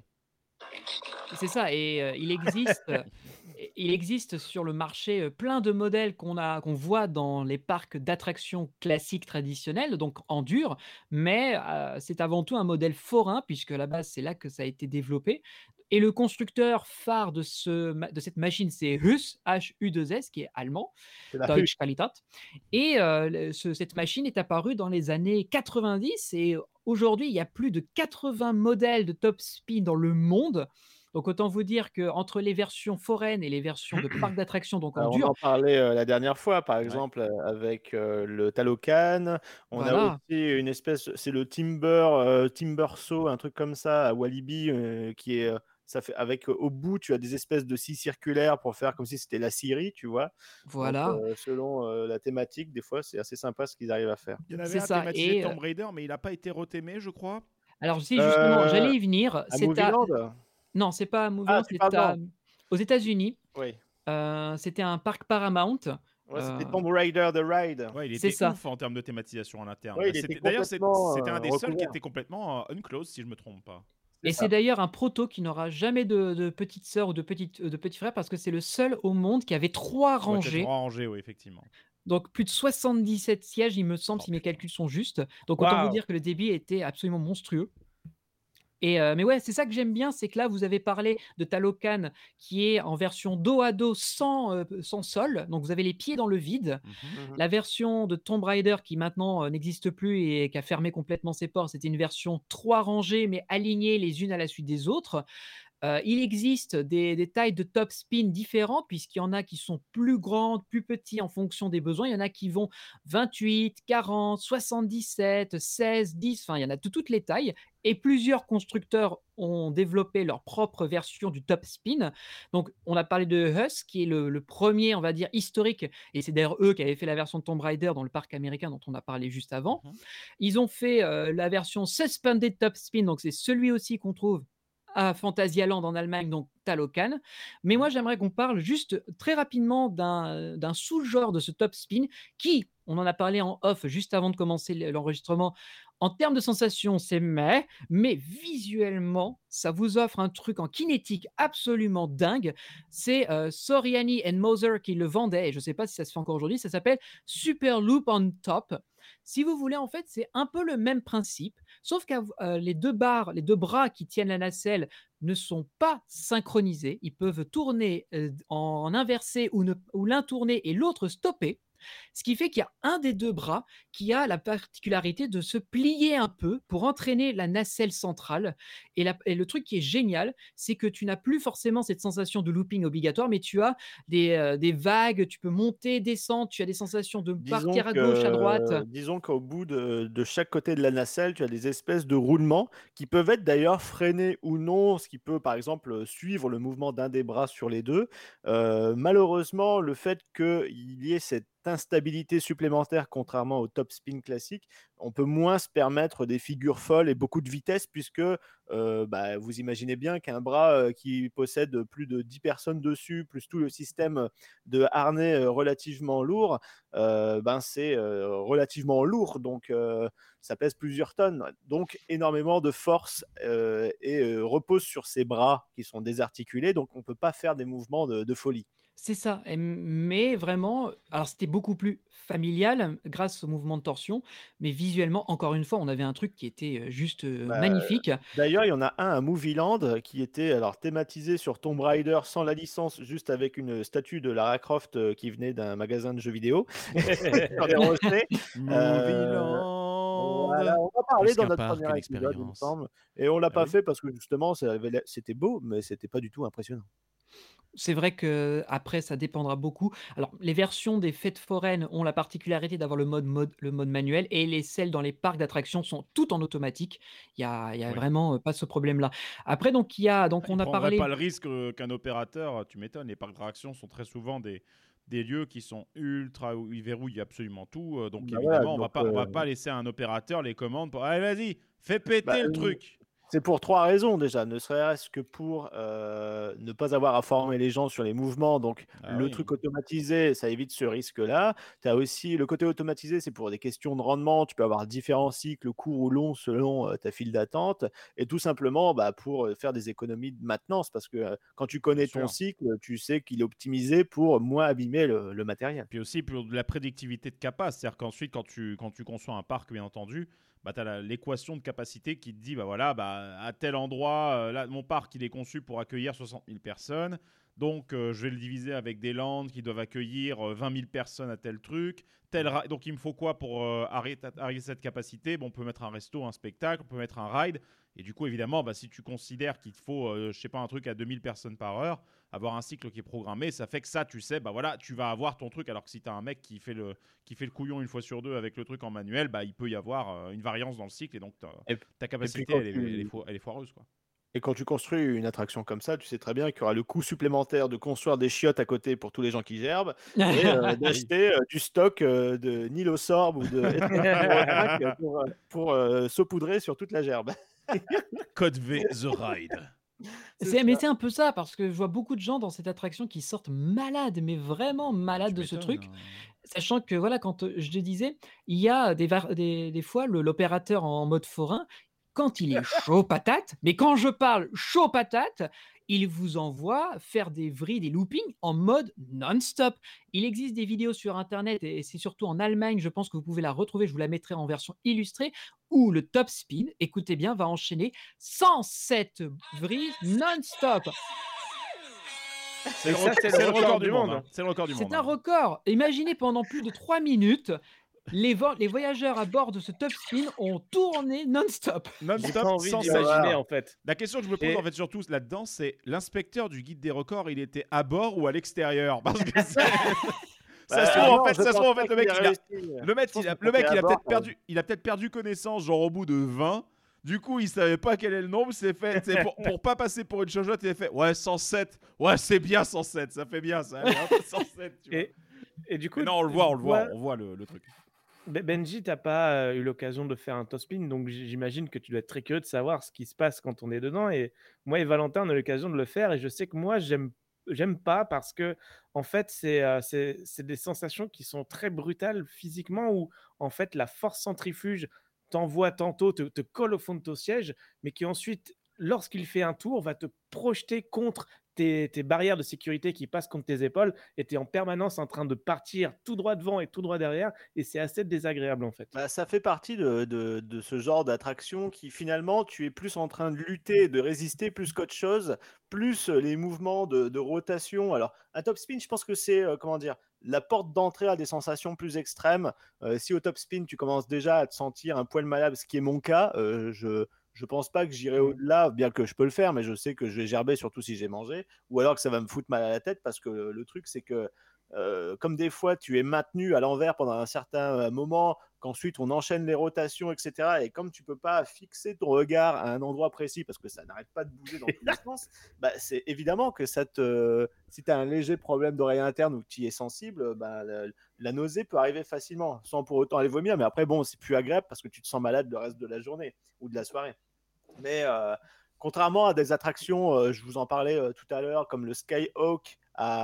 Speaker 9: C'est ça, et euh, il existe, euh, il existe sur le marché euh, plein de modèles qu'on a, qu'on voit dans les parcs d'attractions classiques traditionnels, donc en dur, mais euh, c'est avant tout un modèle forain, puisque à la base, c'est là que ça a été développé. Et le constructeur phare de, ce, ma- de cette machine, c'est Huss, H U deux S, qui est allemand,
Speaker 5: C'est la
Speaker 9: Deutsche Qualität. Et euh, le- ce- cette machine est apparue dans les années quatre-vingt-dix, et aujourd'hui, il y a plus de quatre-vingts modèles de top speed dans le monde. Donc autant vous dire qu'entre les versions foraines et les versions de parcs d'attractions, donc en
Speaker 5: Alors, on
Speaker 9: dur,
Speaker 5: en parlait euh, la dernière fois, par
Speaker 7: Ouais.
Speaker 5: exemple, euh, avec euh, le Talocan. On a
Speaker 9: voilà,
Speaker 5: aussi une espèce, c'est le Timber, euh, Timber Saw, un truc comme ça, à Walibi, euh, qui est, euh, ça fait, avec euh, au bout, tu as des espèces de scies circulaires pour faire comme si c'était la scierie, tu vois. Donc,
Speaker 9: voilà,
Speaker 5: euh, selon euh, la thématique, des fois, c'est assez sympa ce qu'ils arrivent à faire.
Speaker 7: Il y en avait
Speaker 9: c'est
Speaker 7: un
Speaker 9: ça.
Speaker 7: thématisé
Speaker 9: Et euh,
Speaker 7: Tomb Raider, mais il n'a pas été retémé, je crois.
Speaker 9: alors si justement,
Speaker 5: Euh,
Speaker 9: j'allais y venir,
Speaker 5: à
Speaker 9: c'est à...
Speaker 5: Movieland?
Speaker 9: Non, c'est pas à
Speaker 5: Ah,
Speaker 9: Movieland,
Speaker 5: tu
Speaker 9: c'est
Speaker 5: parles
Speaker 9: à...
Speaker 5: non.
Speaker 9: aux États-Unis.
Speaker 5: Oui.
Speaker 9: Euh, c'était un parc Paramount.
Speaker 5: Ouais, c'était
Speaker 9: Euh,
Speaker 5: Tomb Raider The Ride.
Speaker 7: Ouais, il
Speaker 9: c'est
Speaker 7: était
Speaker 9: ça.
Speaker 7: ouf en termes de thématisation à l'interne.
Speaker 5: Ouais, il
Speaker 7: C'était-
Speaker 5: était
Speaker 7: D'ailleurs, c'est-
Speaker 5: complètement
Speaker 7: c'était un
Speaker 5: euh,
Speaker 7: des seuls qui
Speaker 5: recouvert.
Speaker 7: était complètement euh, unclosed, si je me trompe pas.
Speaker 5: C'est
Speaker 9: Et
Speaker 5: ça.
Speaker 9: c'est d'ailleurs un proto qui n'aura jamais de, de petite sœur ou de, petite, de petit frère parce que c'est le seul au monde qui avait trois
Speaker 7: Ouais, peut-être
Speaker 9: rangées.
Speaker 7: rangé, oui, effectivement.
Speaker 9: Donc plus de soixante-dix-sept sièges, il me semble,
Speaker 7: Oh
Speaker 9: si mes
Speaker 7: putain.
Speaker 9: calculs sont justes. Donc autant vous
Speaker 8: Waouh.
Speaker 9: dire que le débit était absolument monstrueux. Et euh, mais ouais, c'est ça que j'aime bien, c'est que là, vous avez parlé de Talocan qui est en version dos à dos sans, euh, sans sol. Donc vous avez les pieds dans le vide.
Speaker 7: Mhm.
Speaker 5: Mhm.
Speaker 9: La version de Tomb Raider qui maintenant euh, n'existe plus et qui a fermé complètement ses portes, c'était une version trois rangées mais alignées les unes à la suite des autres. Euh, il existe des, des tailles de top spin différentes, puisqu'il y en a qui sont plus grandes, plus petits en fonction des besoins. Il y en a qui vont vingt-huit, quarante, soixante-dix-sept, seize, dix, enfin, il y en a de toutes les tailles. Et plusieurs constructeurs ont développé leur propre version du top spin. Donc, on a parlé de Huss, qui est le, le premier, on va dire, historique. Et c'est d'ailleurs eux qui avaient fait la version de Tomb Raider dans le parc américain dont on a parlé juste avant.
Speaker 7: Mhm.
Speaker 9: Ils ont fait euh, la version Suspended Top Spin, donc c'est celui aussi qu'on trouve à Phantasialand en Allemagne, donc Talocan. Mais moi, j'aimerais qu'on parle juste très rapidement d'un d'un sous-genre de ce top spin qui, on en a parlé en off juste avant de commencer l- l'enregistrement, en termes de sensations, c'est mais, mais visuellement, ça vous offre un truc en kinétique absolument dingue. C'est euh, Soriani and Moser qui le vendait, et je ne sais pas si ça se fait encore aujourd'hui, ça s'appelle Super Loop on Top. Si vous voulez, en fait, c'est un peu le même principe, sauf que les deux barres, les deux bras qui tiennent la nacelle ne sont pas synchronisés. Ils peuvent tourner euh, en inversé ou, ne- ou l'un tourner et l'autre stopper. Ce qui fait qu'il y a un des deux bras qui a la particularité de se plier un peu pour entraîner la nacelle centrale. Et, la- et le truc qui est génial, c'est que tu n'as plus forcément cette sensation de looping obligatoire, mais tu as des, euh, des vagues, tu peux monter, descendre, tu as des sensations de
Speaker 5: Disons
Speaker 9: partir à gauche, à droite.
Speaker 5: que, disons qu'au bout de, de chaque côté de la nacelle, tu as des espèces de roulements qui peuvent être d'ailleurs freinés ou non, ce qui peut par exemple suivre le mouvement d'un des bras sur les deux. Euh, malheureusement, le fait qu'il y ait cette instabilité supplémentaire, contrairement au top spin classique, on peut moins se permettre des figures folles et beaucoup de vitesse, puisque euh, bah, vous imaginez bien qu'un bras euh, qui possède plus de dix personnes dessus, plus tout le système de harnais euh, relativement lourd, euh, ben c'est euh, relativement lourd, donc euh, ça pèse plusieurs tonnes, donc énormément de force euh, et euh, repose sur ses bras qui sont désarticulés, donc on ne peut pas faire des mouvements de, de folie.
Speaker 9: C'est ça, et mais vraiment, alors c'était beaucoup plus familial grâce au mouvement de torsion, mais visuellement, encore une fois, on avait un truc qui était euh, juste euh,
Speaker 5: Bah,
Speaker 9: magnifique.
Speaker 5: D'ailleurs, il y en a un à Movieland qui était alors thématisé sur Tomb Raider sans la licence, juste avec une statue de Lara Croft euh, qui venait d'un magasin de jeux vidéo sur des rochers. Euh, Voilà,
Speaker 7: Movieland.
Speaker 5: on en parlait
Speaker 7: Plus
Speaker 5: dans
Speaker 7: qu'un
Speaker 5: notre
Speaker 7: parc,
Speaker 5: premier
Speaker 7: une
Speaker 5: épisode, il me
Speaker 7: expérience.
Speaker 5: semble, et on l'a
Speaker 7: Ah
Speaker 5: pas
Speaker 7: oui.
Speaker 5: fait parce que justement, ça avait l'air- c'était beau, mais c'était pas du tout impressionnant.
Speaker 9: C'est vrai que après, ça dépendra beaucoup. Alors, les versions des fêtes foraines ont la particularité d'avoir le mode, mode, le mode manuel, et les celles dans les parcs d'attractions sont toutes en automatique. Il y a, il y a
Speaker 7: Oui.
Speaker 9: vraiment euh, pas ce problème-là. Après, donc il y a, donc
Speaker 7: Il
Speaker 9: on a
Speaker 7: prendrait
Speaker 9: parlé.
Speaker 7: pas le risque euh, qu'un opérateur, tu m'étonnes, les parcs d'attractions sont très souvent des, des lieux qui sont ultra, où ils verrouillent absolument tout. euh, donc
Speaker 5: Bah
Speaker 7: évidemment,
Speaker 5: voilà,
Speaker 7: on va
Speaker 5: donc,
Speaker 7: pas, on va
Speaker 5: euh,
Speaker 7: pas laisser à un opérateur les commandes pour allez vas-y, fais péter
Speaker 5: bah,
Speaker 7: le
Speaker 5: euh,
Speaker 7: truc.
Speaker 5: C'est pour trois raisons déjà, ne serait-ce que pour euh, ne pas avoir à former les gens sur les mouvements. Donc
Speaker 7: Ah
Speaker 5: le
Speaker 7: oui.
Speaker 5: truc automatisé, ça évite ce risque-là. Tu as aussi le côté automatisé, c'est pour des questions de rendement. Tu peux avoir différents cycles, courts ou longs, selon euh, ta file d'attente. Et tout simplement bah, pour euh, faire des économies de maintenance. Parce que euh, quand tu connais
Speaker 7: Bien
Speaker 5: ton
Speaker 7: sûr.
Speaker 5: cycle, tu sais qu'il est optimisé pour moins abîmer le, le matériel.
Speaker 7: Puis aussi pour de la prédictivité de capa, c'est-à-dire qu'ensuite quand tu, quand tu conçois un parc, bien entendu, bah, tu as l'équation de capacité qui te dit, bah voilà, bah, à tel endroit, euh, là, mon parc il est conçu pour accueillir soixante mille personnes, donc euh, je vais le diviser avec des landes qui doivent accueillir euh, vingt mille personnes à tel truc, tel ra- donc il me faut quoi pour euh, arrêter, arriver à cette capacité? Bon, on peut mettre un resto, un spectacle, on peut mettre un ride, et du coup évidemment, bah, si tu considères qu'il te faut, euh, je sais pas, un truc à deux mille personnes par heure, avoir un cycle qui est programmé, ça fait que ça, tu sais, bah voilà, tu vas avoir ton truc. Alors que si tu as un mec qui fait, le, qui fait le couillon une fois sur deux avec le truc en manuel, bah il peut y avoir euh, une variance dans le cycle et donc ta,
Speaker 5: Et,
Speaker 7: ta
Speaker 5: et puis
Speaker 7: capacité,
Speaker 5: quand
Speaker 7: elle, est,
Speaker 5: tu-
Speaker 7: elle, est fo- elle est foireuse, quoi.
Speaker 5: Et quand tu construis une attraction comme ça, tu sais très bien qu'il y aura le coût supplémentaire de construire des chiottes à côté pour tous les gens qui gerbent et euh, d'acheter euh, du stock euh, de Nilosorb ou de Esmeralda pour, euh, pour euh, saupoudrer sur toute la gerbe.
Speaker 7: Code V, The Ride.
Speaker 5: C'est
Speaker 9: C'est, mais
Speaker 5: ça.
Speaker 9: c'est un peu ça, parce que je vois beaucoup de gens dans cette attraction qui sortent malades, mais vraiment malades
Speaker 7: Tu
Speaker 9: de ce
Speaker 7: m'étonnes,
Speaker 9: truc.
Speaker 7: hein.
Speaker 9: Sachant que, voilà, quand euh, je te disais, il y a des, var- des, des fois le- l'opérateur en mode forain, quand il est chaud patate, mais quand je parle chaud patate, il vous envoie faire des vrilles, des loopings en mode non-stop. Il existe des vidéos sur Internet, et c'est surtout en Allemagne, je pense que vous pouvez la retrouver, je vous la mettrai en version illustrée, où le top spin, écoutez bien, va enchaîner cent sept vrilles non-stop.
Speaker 7: C'est
Speaker 8: Et
Speaker 7: le,
Speaker 8: ça,
Speaker 7: rec-
Speaker 8: c'est le
Speaker 7: c'est le
Speaker 8: record
Speaker 7: record
Speaker 8: du
Speaker 7: du monde.
Speaker 8: monde.
Speaker 7: hein. C'est le record du monde.
Speaker 9: C'est un
Speaker 7: hein.
Speaker 9: record. Imaginez pendant plus de trois minutes, les, vo- les voyageurs à bord de ce top spin ont tourné non-stop.
Speaker 8: J'ai pas
Speaker 7: Non-stop,
Speaker 8: envie
Speaker 7: sans
Speaker 8: d'imaginer
Speaker 5: Voilà.
Speaker 8: en fait.
Speaker 7: La question que je me pose
Speaker 8: Et-
Speaker 7: en fait surtout là-dedans, c'est l'inspecteur du guide des records, il était à bord ou à l'extérieur? Parce que c'est- ça se
Speaker 5: Bah,
Speaker 7: trouve en
Speaker 5: non,
Speaker 7: fait,
Speaker 5: je
Speaker 7: ça se
Speaker 5: pense
Speaker 7: trouve en
Speaker 5: pas
Speaker 7: fait le
Speaker 5: qu'il
Speaker 7: mec
Speaker 5: a
Speaker 7: il a,
Speaker 5: réussi.
Speaker 7: le mec
Speaker 5: Je pense
Speaker 7: il a,
Speaker 5: qu'il
Speaker 7: le mec
Speaker 5: était
Speaker 7: il
Speaker 5: à
Speaker 7: a
Speaker 5: bord,
Speaker 7: peut-être
Speaker 5: quand même.
Speaker 7: perdu, il a peut-être perdu connaissance genre au bout de vingt. Du coup, il savait pas quel est le nombre, c'est fait, c'est pour, pour pas passer pour une chochotte, il a fait ouais cent sept, ouais c'est bien cent sept, ça fait bien ça, allez, hop, cent sept. Tu vois.
Speaker 8: Et, et du coup,
Speaker 7: Mais non, on le voit, on le voit,
Speaker 8: voi-
Speaker 7: on voit le, le truc.
Speaker 8: Be- Benji, t'as pas euh, eu l'occasion de faire un top spin, donc j- j'imagine que tu dois être très curieux de savoir ce qui se passe quand on est dedans. Et moi et Valentin, on a eu l'occasion de le faire, et je sais que moi, j'aime j'aime pas parce que en fait, c'est euh, c'est c'est des sensations qui sont très brutales physiquement, où en fait la force centrifuge t'envoie tantôt, te, te colle au fond de ton siège, mais qui ensuite, lorsqu'il fait un tour, va te projeter contre tes, tes barrières de sécurité qui passent contre tes épaules, et tu es en permanence en train de partir tout droit devant et tout droit derrière, et c'est assez désagréable en fait.
Speaker 5: Bah, ça fait partie de, de- de ce genre d'attraction qui finalement tu es plus en train de lutter, de résister plus qu'autre chose, plus euh, les mouvements de, de rotation. Alors un top spin, je pense que c'est euh, comment dire la porte d'entrée à des sensations plus extrêmes. Euh, si au top spin tu commences déjà à te sentir un poil malade, ce qui est mon cas, euh, je je pense pas que j'irai
Speaker 8: Mm.
Speaker 5: au-delà, bien que je peux le faire, mais je sais que je vais gerber surtout si j'ai mangé, ou alors que ça va me foutre mal à la tête parce que le, le truc c'est que euh, comme des fois tu es maintenu à l'envers pendant un certain euh, moment, qu'ensuite on enchaîne les rotations, et cetera. Et comme tu peux pas fixer ton regard à un endroit précis parce que ça n'arrête pas de bouger dans tous les sens, bah, c'est évidemment que ça te, si tu as un léger problème d'oreille interne ou que tu y es sensible, bah, la, la nausée peut arriver facilement, sans pour autant aller vomir. Mais après, bon, c'est plus agréable parce que tu te sens malade le reste de la journée ou de la soirée. Mais euh, contrairement à des attractions, euh, je vous en parlais euh, tout à l'heure, comme le Skyhawk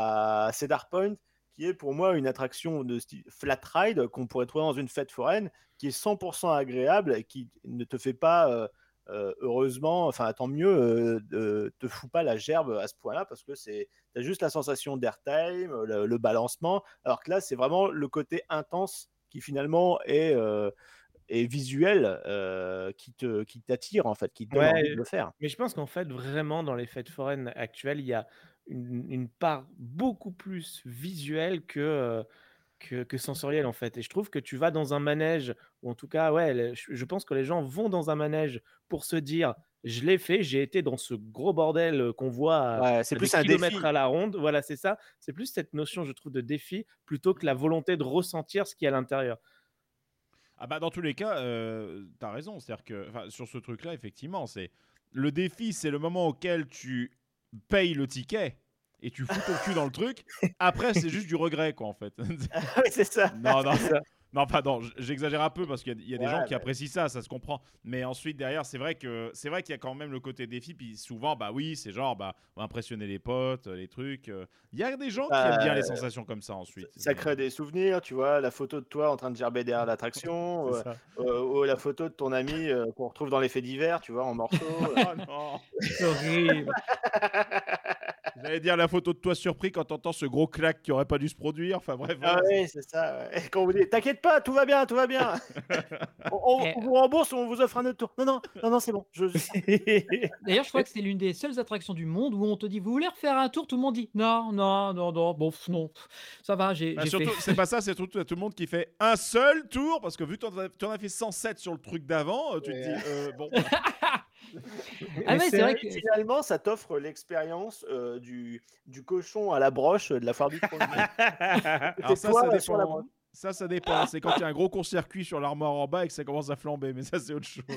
Speaker 5: à Cedar Point, qui est pour moi une attraction de style flat ride qu'on pourrait trouver dans une fête foraine, qui est cent pour cent agréable et qui ne te fait pas, euh, euh, heureusement, enfin tant mieux, euh, de, te fout pas la gerbe à ce point-là, parce que c'est, t'as juste la sensation d'airtime, le, le balancement, alors que là, c'est vraiment le côté intense qui finalement est, euh, est visuel, euh, qui, te, qui t'attire, en fait, qui te donne envie de
Speaker 8: Ouais,
Speaker 5: le faire.
Speaker 8: mais je pense qu'en fait, vraiment, dans les fêtes foraines actuelles, il y a une, une part beaucoup plus visuelle que, euh, que, que sensorielle, en fait. Et je trouve que tu vas dans un manège, ou en tout cas, ouais, le- je, je pense que les gens vont dans un manège pour se dire, je l'ai fait, j'ai été dans ce gros bordel euh, qu'on voit à,
Speaker 5: Ouais, c'est
Speaker 8: à des
Speaker 5: plus un
Speaker 8: kilomètres
Speaker 5: défi.
Speaker 8: à la ronde. Voilà, c'est ça. C'est plus cette notion, je trouve, de défi plutôt que la volonté de ressentir ce qu'il y a à l'intérieur.
Speaker 7: Ah bah dans tous les cas, euh, t'as raison. C'est-à-dire que enfin, sur ce truc-là, effectivement, c'est le défi, c'est le moment auquel tu payes le ticket et tu fous ton cul dans le truc. Après, c'est juste du regret, quoi, en fait.
Speaker 5: Oui, c'est ça.
Speaker 7: Non, non,
Speaker 8: C'est ça.
Speaker 7: non, pardon, j- j'exagère un peu parce qu'il y a, il y a des
Speaker 5: Ouais,
Speaker 7: gens qui
Speaker 5: bah,
Speaker 7: apprécient ça, ça se comprend. Mais ensuite, derrière, c'est vrai que c'est vrai qu'il y a quand même le côté défi. Puis souvent, bah oui, c'est genre, bah, on va impressionner les potes, les trucs. euh. Il y a des gens qui aiment bien les
Speaker 5: bah,
Speaker 7: sensations comme ça ensuite.
Speaker 5: ça crée des souvenirs, tu vois, la photo de toi en train de gerber derrière l'attraction,
Speaker 8: C'est
Speaker 5: euh,
Speaker 8: ça.
Speaker 5: euh, ou la photo de ton ami euh, qu'on retrouve dans les faits divers, tu vois, en morceaux.
Speaker 7: Oh non.
Speaker 8: C'est horrible.
Speaker 7: J'allais dire la photo de toi surpris quand t'entends ce gros claque qui aurait pas dû se produire. Enfin bref.
Speaker 5: Ah
Speaker 7: Voilà.
Speaker 5: oui, c'est ça. Ouais. Et quand on vous dit, t'inquiète pas, tout va bien, tout va bien. on, on-
Speaker 9: Eh,
Speaker 5: on vous rembourse, on vous offre un autre tour. Non, non, non, non, c'est bon. Je...
Speaker 9: D'ailleurs, je crois que c'est l'une des seules attractions du monde où on te dit, vous voulez refaire un tour? Tout le monde dit, non, non, non, non, bon, pff, non, pff, ça va, j'ai
Speaker 7: Bah,
Speaker 9: j'ai fait.
Speaker 7: surtout, c'est pas ça, c'est surtout tout le monde qui fait un seul tour parce que vu que t'en as, t'en as fait cent sept sur le truc d'avant, euh, tu te
Speaker 5: Ouais.
Speaker 7: dis euh, bon.
Speaker 9: Ah
Speaker 8: Mais
Speaker 9: ouais,
Speaker 8: c'est
Speaker 9: c'est vrai
Speaker 8: vrai
Speaker 9: que.
Speaker 5: Finalement, ça t'offre l'expérience euh, du, du cochon à la broche de la foire du trône.
Speaker 7: Alors ça,
Speaker 5: toi,
Speaker 7: ça
Speaker 5: euh, sur la
Speaker 7: dépend.
Speaker 5: broche.
Speaker 7: Ça, ça dépend. C'est quand il y a un gros court-circuit sur l'armoire en bas et que ça commence à flamber, mais ça, c'est autre chose.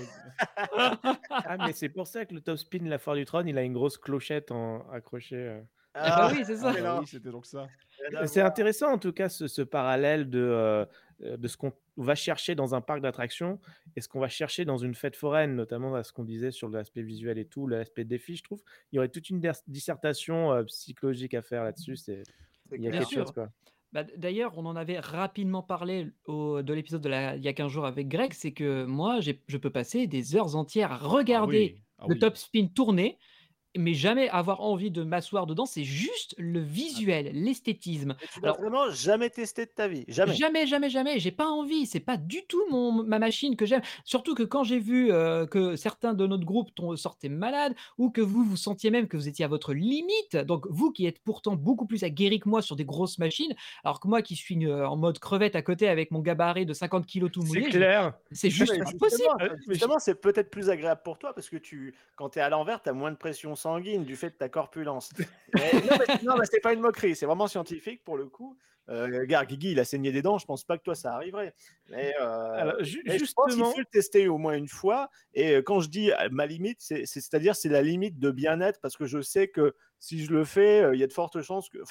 Speaker 8: Ah, mais c'est pour ça que le top spin de la foire du trône, il a une grosse clochette en... accrochée. euh.
Speaker 9: Ah bah
Speaker 5: Ah,
Speaker 9: oui, c'est
Speaker 7: Ah
Speaker 9: ça.
Speaker 5: mais
Speaker 7: bah
Speaker 5: non,
Speaker 7: oui, c'était donc ça.
Speaker 5: rien à
Speaker 8: C'est
Speaker 5: voir.
Speaker 8: intéressant en tout cas ce, ce parallèle de, euh, euh, de ce qu'on va chercher dans un parc d'attractions et ce qu'on va chercher dans une fête foraine, notamment à ce qu'on disait sur l'aspect visuel et tout, l'aspect défi, je trouve. Il y aurait toute une dis- dissertation euh, psychologique à faire là-dessus. C'est...
Speaker 5: C'est
Speaker 8: Il y a
Speaker 9: Bien
Speaker 5: clair.
Speaker 8: quelque chose,
Speaker 9: sûr.
Speaker 8: quoi.
Speaker 9: Bah, d- d'ailleurs, on en avait rapidement parlé au- de l'épisode de la- il y a quinze jours avec Greg, c'est que moi, j'ai- je peux passer des heures entières à
Speaker 7: Ah
Speaker 9: regarder
Speaker 7: oui. Ah
Speaker 9: le
Speaker 7: oui.
Speaker 9: top spin tourner, mais jamais avoir envie de m'asseoir dedans. C'est juste le visuel, l'esthétisme.
Speaker 5: Et tu l'as
Speaker 9: Alors,
Speaker 5: vraiment jamais testé de ta vie. Jamais.
Speaker 9: jamais, jamais, jamais, j'ai pas envie, c'est pas du tout mon ma machine que j'aime. Surtout que quand j'ai vu, heu, que certains de notre groupe ton sortaient malades ou que vous, vous sentiez même que vous étiez à votre limite, donc vous qui êtes pourtant beaucoup plus aguerris que moi sur des grosses machines, alors que moi qui suis, heu, en mode crevette à côté avec mon gabarit de cinquante kilos tout
Speaker 8: C'est
Speaker 9: mouillé, je
Speaker 8: clair.
Speaker 9: c'est
Speaker 5: Non,
Speaker 9: juste
Speaker 5: mais
Speaker 9: pas possible.
Speaker 5: justement,
Speaker 8: Euh,
Speaker 5: euh,
Speaker 8: mais je-
Speaker 5: justement, c'est peut-être plus agréable pour toi parce que tu, quand tu es à l'envers, tu as moins de pression sanguine du fait de ta corpulence. Mais non, mais, non, mais c'est pas une moquerie, c'est vraiment scientifique pour le coup. Euh, regarde, Guigui, il a saigné des dents, je pense pas que toi ça arriverait. Mais, euh,
Speaker 8: Alors, ju-
Speaker 5: mais je pense qu'il
Speaker 8: justement,
Speaker 5: faut le tester au moins une fois. Et euh, quand je dis euh, ma limite, c'est, c'est- c'est-à-dire c'est la limite de bien-être parce que je sais que si je le fais, euh, il y a de fortes chances que. Enfin,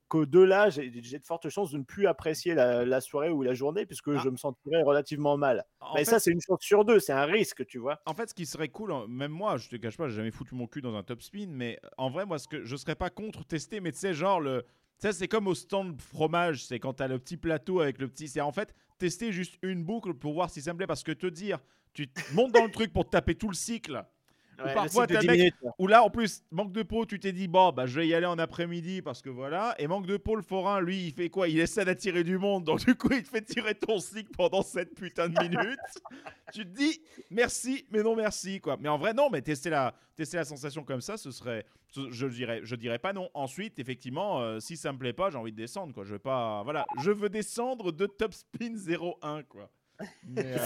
Speaker 5: qu'au-delà, j'ai, j'ai de fortes chances de ne plus apprécier la, la soirée ou la journée puisque
Speaker 7: Ah.
Speaker 5: je me sentirais relativement mal.
Speaker 7: En
Speaker 5: Mais
Speaker 7: fait,
Speaker 5: ça, c'est une chance sur deux, c'est un risque, tu vois.
Speaker 7: En fait, ce qui serait cool, hein, même moi, je te cache pas, j'ai jamais foutu mon cul dans un top spin, mais en vrai, moi, ce que je serais pas contre tester, mais tu sais, genre le, tu sais, c'est comme au stand fromage, c'est quand t'as le petit plateau avec le petit, c'est en fait tester juste une boucle pour voir si ça me plaît, parce que te dire, tu te montes dans le truc pour te taper tout le cycle. Ou
Speaker 5: Ouais,
Speaker 7: parfois,
Speaker 5: le cycle de
Speaker 7: t'as
Speaker 5: dix
Speaker 7: le mec-
Speaker 5: minutes, là.
Speaker 7: Ou là, en plus, manque de peau, tu t'es dit, bon, bah, je vais y aller en après-midi parce que voilà. Et manque de peau, le forain, lui, il fait quoi? Il essaie d'attirer du monde. Donc, du coup, il te fait tirer ton cycle pendant cette putain de minutes. Tu te dis, merci, mais non merci, quoi. Mais en vrai, non, mais tester la, tester la sensation comme ça, ce serait. ce- Je dirais, je dirais pas non. Ensuite, effectivement, euh, si ça me plaît pas, j'ai envie de descendre, quoi. Je veux pas. Voilà. Je veux descendre de Top Spin zéro un, quoi. Mais. euh,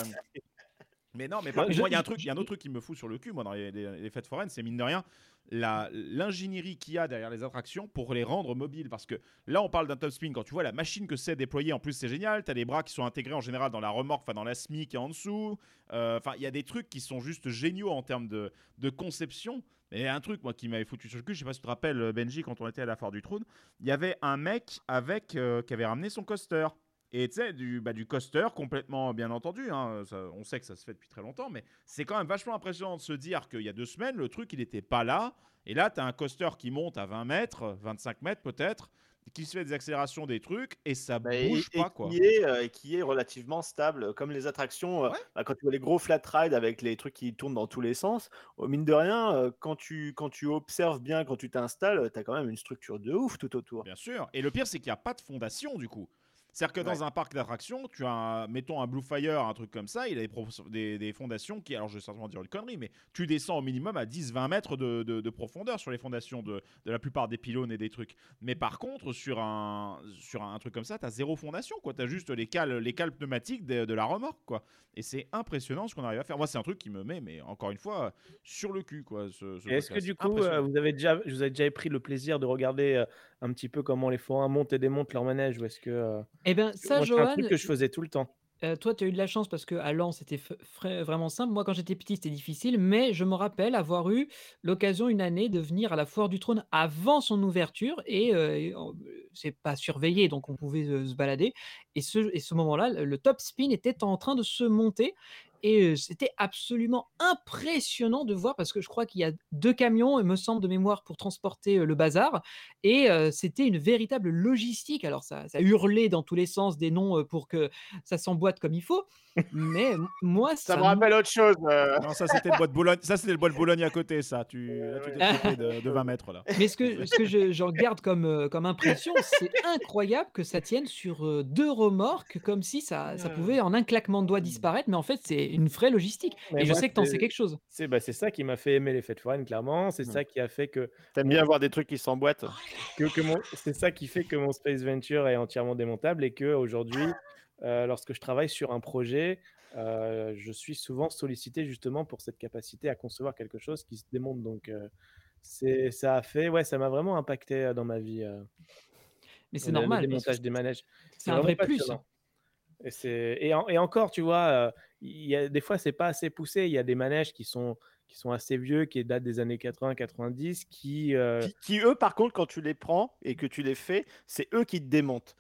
Speaker 7: Mais non, mais par
Speaker 8: Ouais,
Speaker 7: contre,
Speaker 8: je-
Speaker 7: moi, il y a un truc, il y a un autre truc qui me fout sur le cul, moi, dans les, les- les fêtes foraines, c'est mine de rien la- l'ingénierie qu'il y a derrière les attractions pour les rendre mobiles. Parce que là, on parle d'un top spin. Quand tu vois la machine que c'est déployée, en plus, c'est génial. Tu as les bras qui sont intégrés en général dans la remorque, enfin dans la S M I qui est en dessous. Euh, Enfin, il y a des trucs qui sont juste géniaux en termes de, de conception. Mais il y a un truc, moi, qui m'avait foutu sur le cul, je sais pas si tu te rappelles, Benji, quand on était à la Foire du Trône, il y avait un mec avec, euh, qui avait ramené son coaster. Et tu sais, du, bah, du coaster complètement, bien entendu, hein, ça- on sait que ça se fait depuis très longtemps, mais c'est quand même vachement impressionnant de se dire qu'il y a deux semaines, le truc, il n'était pas là. Et là, tu as un coaster qui monte à vingt mètres, vingt-cinq mètres peut-être, qui se fait des accélérations des trucs, et ça
Speaker 5: Bah, et,
Speaker 7: bouge
Speaker 5: et
Speaker 7: pas, quoi.
Speaker 5: qui est, euh, et qui est relativement stable, comme les attractions. euh,
Speaker 7: Ouais.
Speaker 5: bah, quand tu vois les gros flat rides avec les trucs qui tournent dans tous les sens, au mine de rien, euh, quand tu, quand tu observes bien, quand tu t'installes, tu as quand même une structure de ouf tout autour.
Speaker 7: Bien sûr. Et le pire, c'est qu'il n'y a pas de fondation, du coup. C'est-à-dire que dans
Speaker 5: Ouais.
Speaker 7: un parc d'attractions, tu as, un- mettons, un Blue Fire, un truc comme ça, il a des, pro- des, des fondations qui, alors je vais certainement dire une connerie, mais tu descends au minimum à dix vingt mètres de, de- de profondeur sur les fondations de, de la plupart des pylônes et des trucs. Mais par contre, sur un, sur un truc comme ça, tu as zéro fondation, quoi. Tu as juste les cales, les cales pneumatiques de, de la remorque, quoi. Et c'est impressionnant ce qu'on arrive à faire. Moi, c'est un truc qui me met, mais encore une fois, sur le cul, quoi. Ce, ce
Speaker 8: Et est-ce que
Speaker 7: podcast.
Speaker 8: du coup,
Speaker 7: Impressionnant.
Speaker 8: euh, vous avez déjà, je vous avez déjà pris le plaisir de regarder euh, un petit peu comment les forains montent et démontent leur manège, ou est-ce que euh,
Speaker 9: Eh bien,
Speaker 8: parce que
Speaker 9: ça,
Speaker 8: moi, c'est un
Speaker 9: Johan,
Speaker 8: truc que je faisais tout le temps.
Speaker 9: euh, toi, tu as eu de la chance parce qu'à Lens, c'était f- frais- vraiment simple. Moi, quand j'étais petit, c'était difficile, mais je me rappelle avoir eu l'occasion une année de venir à la Foire du Trône avant son ouverture et euh, et, euh, c'est pas surveillé, donc on pouvait euh, se balader. Et ce, et ce moment-là, le le top spin était en train de se monter. Et euh, c'était absolument impressionnant de voir parce que je crois qu'il y a deux camions, il me semble de mémoire, pour transporter euh, le bazar. Et euh, c'était une véritable logistique. Alors ça, ça hurlait dans tous les sens des noms euh, pour que ça s'emboîte comme il faut. Mais m- moi,
Speaker 5: Ça
Speaker 9: ça
Speaker 5: me
Speaker 9: m-
Speaker 5: rappelle autre chose. euh.
Speaker 7: Non, ça c'était le bois de Boulogne. Ça c'était le bois de Boulogne à côté, ça. Tu, là, tu t'es
Speaker 9: Ouais.
Speaker 7: trompé de, de vingt mètres là.
Speaker 9: Mais ce que, ce que je, j'en garde comme, euh, comme impression, c'est incroyable que ça tienne sur euh, deux remorques, comme si ça, ça pouvait en un claquement de doigts disparaître, mais en fait, c'est une vraie logistique.
Speaker 8: Mais
Speaker 9: Et je
Speaker 8: moi,
Speaker 9: sais que t'en
Speaker 8: c'est
Speaker 9: sais quelque chose.
Speaker 8: c'est bah, c'est ça qui m'a fait aimer les fêtes foraines, clairement. C'est
Speaker 5: Hmm.
Speaker 8: ça qui a fait que,
Speaker 5: T'aimes bien voir des trucs qui s'emboîtent.
Speaker 8: que, que mon, c'est ça qui fait que mon Space Venture est entièrement démontable et que aujourd'hui, euh, lorsque je travaille sur un projet, euh, je suis souvent sollicité justement pour cette capacité à concevoir quelque chose qui se démonte. Donc, euh, c'est, ça a fait, ouais, ça m'a vraiment impacté euh, dans ma vie, euh,
Speaker 9: Mais c'est
Speaker 8: le, le
Speaker 9: normal. Et
Speaker 8: démontage des manèges.
Speaker 9: c'est
Speaker 8: C'est
Speaker 9: un
Speaker 8: vraiment
Speaker 9: vrai plus.
Speaker 8: passionnant. Et, c'est... et, en- et encore, tu vois, euh, il y a, des fois, c'est pas assez poussé. Il y a des manèges qui sont, qui sont assez vieux, qui datent des années quatre-vingts quatre-vingt-dix, qui, euh,
Speaker 5: Qui, qui, eux, par contre, quand tu les prends et que tu les fais, c'est eux qui te démontent.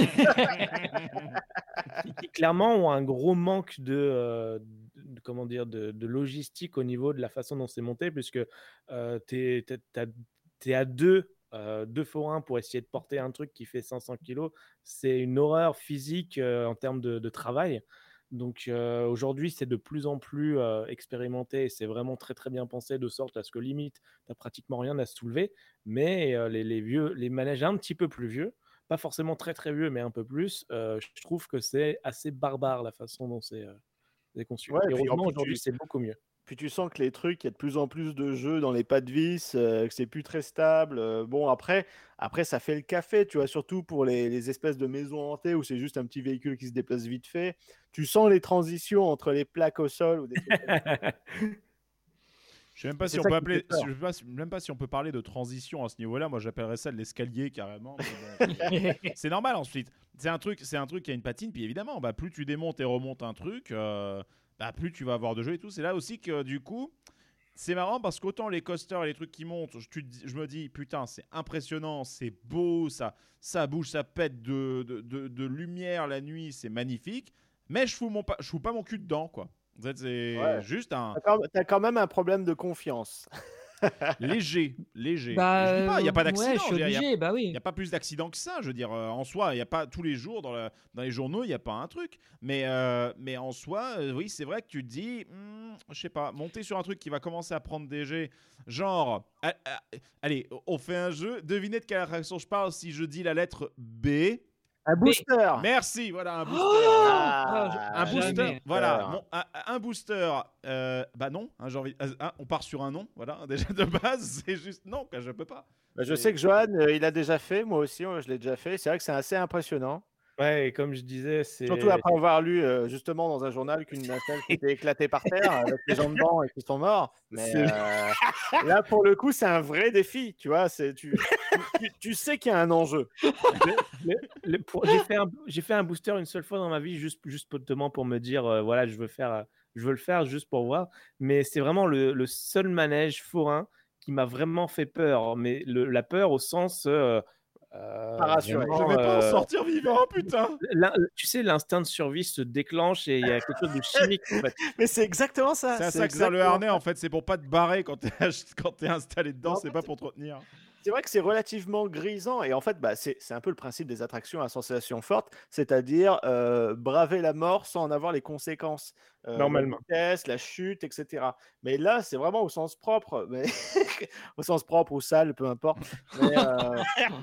Speaker 8: qui, qui clairement ont un gros manque de, euh, de- comment dire, de, de logistique au niveau de la façon dont c'est monté, puisque euh, tu es à deux, euh, deux forains pour essayer de porter un truc qui fait cinq cents kilos. C'est une horreur physique euh, en termes de, de travail. Donc euh, aujourd'hui, c'est de plus en plus euh, expérimenté et c'est vraiment très très bien pensé de sorte à ce que limite, tu n'as pratiquement rien à soulever. Mais euh, les, les, vieux, les manèges un petit peu plus vieux, pas forcément très très vieux, mais un peu plus, euh, je trouve que c'est assez barbare la façon dont c'est euh, c'est conçu.
Speaker 5: Ouais,
Speaker 8: Et
Speaker 5: et puis en
Speaker 8: heureusement,
Speaker 5: plus,
Speaker 8: aujourd'hui,
Speaker 5: tu,
Speaker 8: c'est beaucoup mieux.
Speaker 5: puis tu sens que les trucs, il y a de plus en plus de jeux dans les pas de vis, euh, que c'est plus très stable. euh, bon, après, après, ça fait le café, tu vois, surtout pour les, les espèces de maisons hantées où c'est juste un petit véhicule qui se déplace vite fait. Tu sens les transitions entre les plaques au sol ou des trucs comme ça.
Speaker 7: Je sais même pas
Speaker 8: C'est
Speaker 7: si on
Speaker 8: ça
Speaker 7: peut
Speaker 8: qui
Speaker 7: appeler,
Speaker 8: fait peur.
Speaker 7: je sais pas si- même pas si on peut parler de transition à ce niveau-là. Moi, j'appellerais ça de l'escalier carrément. mais bon, c'est normal ensuite. C'est un truc, c'est un truc qui a une patine. Puis évidemment, bah, plus tu démontes et remontes un truc, euh, bah, plus tu vas avoir de jeux et tout. C'est là aussi que du coup, c'est marrant parce qu'autant les coasters et les trucs qui montent, je, tu te dis- je me dis, putain, c'est impressionnant, c'est beau, ça, ça bouge, ça pète de, de, de- de lumière la nuit, c'est magnifique. Mais je fous, mon pa- je fous pas mon cul dedans, quoi. En fait, c'est
Speaker 5: Ouais.
Speaker 7: juste un
Speaker 5: T'as quand, t'as quand même un problème de confiance.
Speaker 7: léger, léger.
Speaker 9: Bah,
Speaker 7: Je dis pas, il n'y a pas
Speaker 9: euh, ouais,
Speaker 7: d'accident.
Speaker 9: je suis
Speaker 7: je veux dire, il y a-
Speaker 9: obligé, bah
Speaker 7: Il
Speaker 9: oui.
Speaker 7: n'y a pas plus d'accidents que ça, je veux dire, euh, en soi, il n'y a pas tous les jours dans, la- dans les journaux, il n'y a pas un truc. Mais, euh, mais en soi, euh, oui, c'est vrai que tu te dis, hmm, je sais pas, monter sur un truc qui va commencer à prendre des jets, genre, ah, ah, allez, on fait un jeu, devinez de quelle attraction je parle si je dis la lettre B.
Speaker 5: Un booster.
Speaker 7: Merci, voilà, un booster.
Speaker 9: Oh
Speaker 5: Ah,
Speaker 7: Un booster,
Speaker 9: jamais.
Speaker 7: voilà, mon- un, un booster, euh, bah non, hein, j'ai envie, euh, hein, on part sur un non, voilà, déjà de base, c'est juste non, que je peux pas.
Speaker 5: Bah, je sais que Johan, euh, il a déjà fait, moi aussi, euh, je l'ai déjà fait. C'est vrai que c'est assez impressionnant.
Speaker 8: Ouais, et comme je disais,
Speaker 5: Surtout
Speaker 8: c'est
Speaker 5: après avoir lu euh, justement dans un journal qu'une nacelle s'était éclatée par terre avec les gens dedans et qui sont morts. Mais
Speaker 8: C'est-
Speaker 5: euh, là, pour le coup, c'est un vrai défi. Tu vois, c'est tu, tu, tu sais qu'il y a un enjeu.
Speaker 8: le- le- pour- j'ai fait un j'ai fait un booster une seule fois dans ma vie, juste juste justement pour me dire euh, voilà, je veux faire euh, je veux le faire juste pour voir. Mais c'est vraiment le, le seul manège forain qui m'a vraiment fait peur. Mais le- la peur au sens euh, euh,
Speaker 5: Pas rassuré.
Speaker 8: vraiment,
Speaker 7: Je vais pas en
Speaker 8: euh,
Speaker 7: sortir vivant, putain.
Speaker 8: l'in- tu sais, l'instinct de survie se déclenche et il y a quelque chose de chimique en fait.
Speaker 5: Mais c'est exactement ça.
Speaker 7: C'est à
Speaker 5: c'est
Speaker 7: ça que sert le
Speaker 5: exactement
Speaker 7: harnais, en fait, c'est pour pas te barrer quand t'es quand t'es installé dedans,
Speaker 5: En
Speaker 7: c'est
Speaker 5: fait,
Speaker 7: pas pour te retenir.
Speaker 5: C'est vrai que c'est relativement grisant et en fait, bah, c'est c'est un peu le principe des attractions à sensation forte, c'est-à-dire euh, braver la mort sans en avoir les conséquences, euh,
Speaker 8: Normalement.
Speaker 5: la vitesse, la chute, et cetera. Mais là, c'est vraiment au sens propre, mais au sens propre ou sale, peu importe. Mais, euh,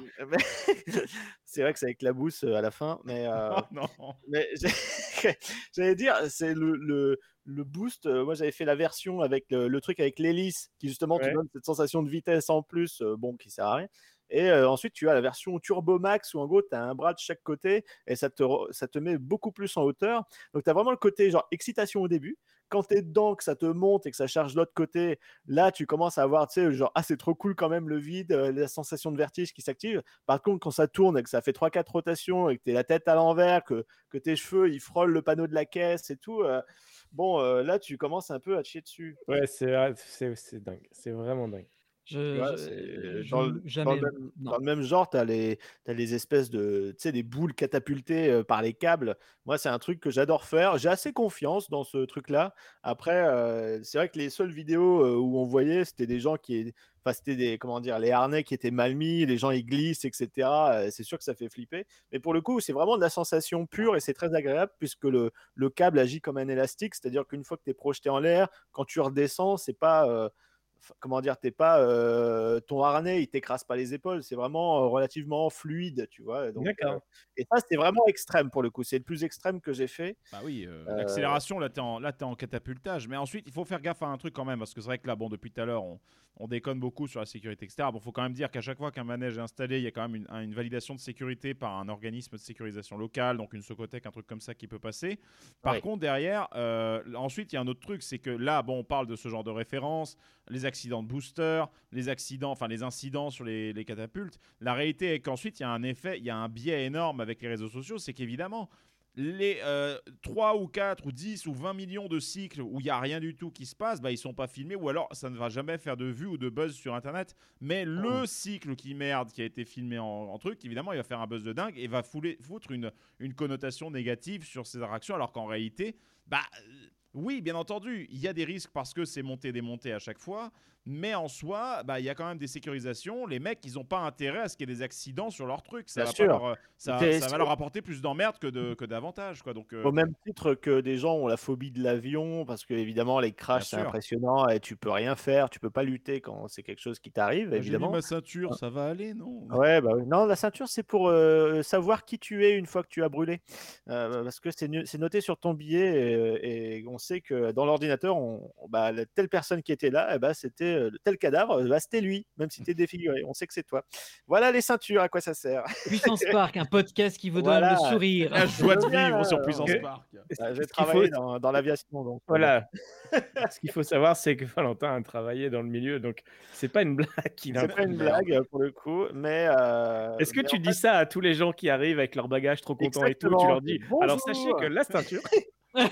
Speaker 5: mais- c'est vrai que c'est avec la bousse euh, à la fin, mais, euh,
Speaker 7: Oh non.
Speaker 5: mais j'ai- j'allais dire, c'est le, le, le boost. euh, moi, j'avais fait la version avec le, le truc avec l'hélice qui justement te
Speaker 8: Ouais.
Speaker 5: donne cette sensation de vitesse en plus, euh, bon, qui sert à rien. Et euh, ensuite, tu as la version Turbo Max où en gros, tu as un bras de chaque côté et ça te, re- ça te met beaucoup plus en hauteur. Donc, tu as vraiment le côté genre excitation au début. Quand tu es dedans, que ça te monte et que ça charge de l'autre côté, là, tu commences à avoir, tu sais, genre, ah, c'est trop cool quand même le vide, euh, la sensation de vertige qui s'active. Par contre, quand ça tourne et que ça fait trois quatre rotations et que tu es la tête à l'envers, que, que tes cheveux, ils frôlent le panneau de la caisse et tout, euh, bon, euh, là, tu commences un peu à te chier dessus.
Speaker 8: Ouais, c'est ah, c'est c'est dingue, c'est vraiment dingue.
Speaker 5: Tu
Speaker 9: Je,
Speaker 5: vois,
Speaker 9: je-
Speaker 5: c'est
Speaker 9: je-
Speaker 5: dans, le, dans,
Speaker 9: jamais.
Speaker 5: le même,
Speaker 9: Non.
Speaker 5: dans le même genre, tu as les, t'as les espèces de, tu sais, des boules catapultées euh, par les câbles. Moi, c'est un truc que j'adore faire. J'ai assez confiance dans ce truc-là. Après, euh, c'est vrai que les seules vidéos euh, où on voyait, c'était des gens qui, enfin, c'était des, comment dire, les harnais qui étaient mal mis, les gens ils glissent, et cetera. Euh, c'est sûr que ça fait flipper. Mais pour le coup, c'est vraiment de la sensation pure et c'est très agréable puisque le, le câble agit comme un élastique. C'est-à-dire qu'une fois que tu es projeté en l'air, quand tu redescends, c'est pas. euh, f- comment dire, t'es pas euh, ton harnais, il t'écrase pas les épaules, c'est vraiment euh, relativement fluide, tu vois. Donc, euh,
Speaker 8: D'accord.
Speaker 5: et ça, c'est vraiment extrême pour le coup. C'est le plus extrême que j'ai fait.
Speaker 7: Bah oui, euh,
Speaker 5: Euh,
Speaker 7: l'accélération, là, t'es en, là, t'es en catapultage. Mais ensuite, il faut faire gaffe à un truc quand même, parce que c'est vrai que là, bon, depuis tout à l'heure, on, on déconne beaucoup sur la sécurité, et cetera. Bon, faut quand même dire qu'à chaque fois qu'un manège est installé, il y a quand même une, un- une validation de sécurité par un organisme de sécurisation local, donc une Socotec, un truc comme ça qui peut passer. Par
Speaker 5: Oui.
Speaker 7: contre, derrière, euh, ensuite, il y a un autre truc, c'est que là, bon, on parle de ce genre de référence, les accidents de booster, les accidents, enfin les incidents sur les, les catapultes. La réalité est qu'ensuite, il y a un effet, il y a un biais énorme avec les réseaux sociaux, c'est qu'évidemment, les euh, trois ou quatre ou dix ou vingt millions de cycles où il n'y a rien du tout qui se passe, bah, ils ne sont pas filmés ou alors ça ne va jamais faire de vues ou de buzz sur Internet. Mais le cycle qui merde, qui a été filmé en, en truc, évidemment, il va faire un buzz de dingue et va fouler, foutre une, une connotation négative sur ces attractions alors qu'en réalité, bah... euh, oui, bien entendu, il y a des risques parce que c'est monté-démonté à chaque fois, mais en soi, bah, il y a quand même des sécurisations. Les mecs, ils n'ont pas intérêt à ce qu'il y ait des accidents sur leur truc. Ça,
Speaker 5: Bien
Speaker 7: va, pas
Speaker 5: sûr.
Speaker 7: leur, euh, ça,
Speaker 5: C'est-
Speaker 7: ça va
Speaker 5: c'est-
Speaker 7: leur apporter plus d'emmerdes que, de, que d'avantages. Quoi. Donc, euh,
Speaker 5: Au même titre que des gens ont la phobie de l'avion, parce que évidemment les crashs c'est
Speaker 7: sûr.
Speaker 5: impressionnant et tu peux rien faire, tu peux pas lutter quand c'est quelque chose qui t'arrive,
Speaker 7: bah, j'ai mis
Speaker 5: évidemment.
Speaker 7: ma ceinture, ça va aller, non?
Speaker 5: Ouais, bah oui. Non, la ceinture, c'est pour euh, savoir qui tu es une fois que tu as brûlé. Euh, parce que c'est nu- c'est noté sur ton billet euh, et, on sait que dans l'ordinateur, on, bah, la- telle personne qui était là, eh bah, c'était euh, tel cadavre, bah, c'était lui, même si tu es défiguré. On sait que c'est toi. Voilà les ceintures, à quoi ça sert.
Speaker 9: Puissance Park, un podcast qui vous donne
Speaker 5: Voilà.
Speaker 9: le sourire.
Speaker 7: La joie de
Speaker 5: Voilà.
Speaker 7: vivre sur Puissance
Speaker 8: Euh,
Speaker 7: Park.
Speaker 5: Bah, J'ai
Speaker 8: Ce qu'il
Speaker 5: travaillé
Speaker 8: faut-
Speaker 5: dans, dans l'aviation. Donc, euh,
Speaker 8: Voilà. Ce qu'il faut savoir, c'est que Valentin a travaillé dans le milieu, donc c'est pas une blague qu'il a
Speaker 5: c'est pas une blague euh, pour le coup, mais. euh,
Speaker 8: Est-ce que
Speaker 5: mais
Speaker 8: tu
Speaker 5: en
Speaker 8: dis ça à tous les gens qui arrivent avec leur bagage trop contents et tout, tu
Speaker 5: Exactement.
Speaker 8: leur dis
Speaker 5: Bonjour.
Speaker 8: alors sachez que la ceinture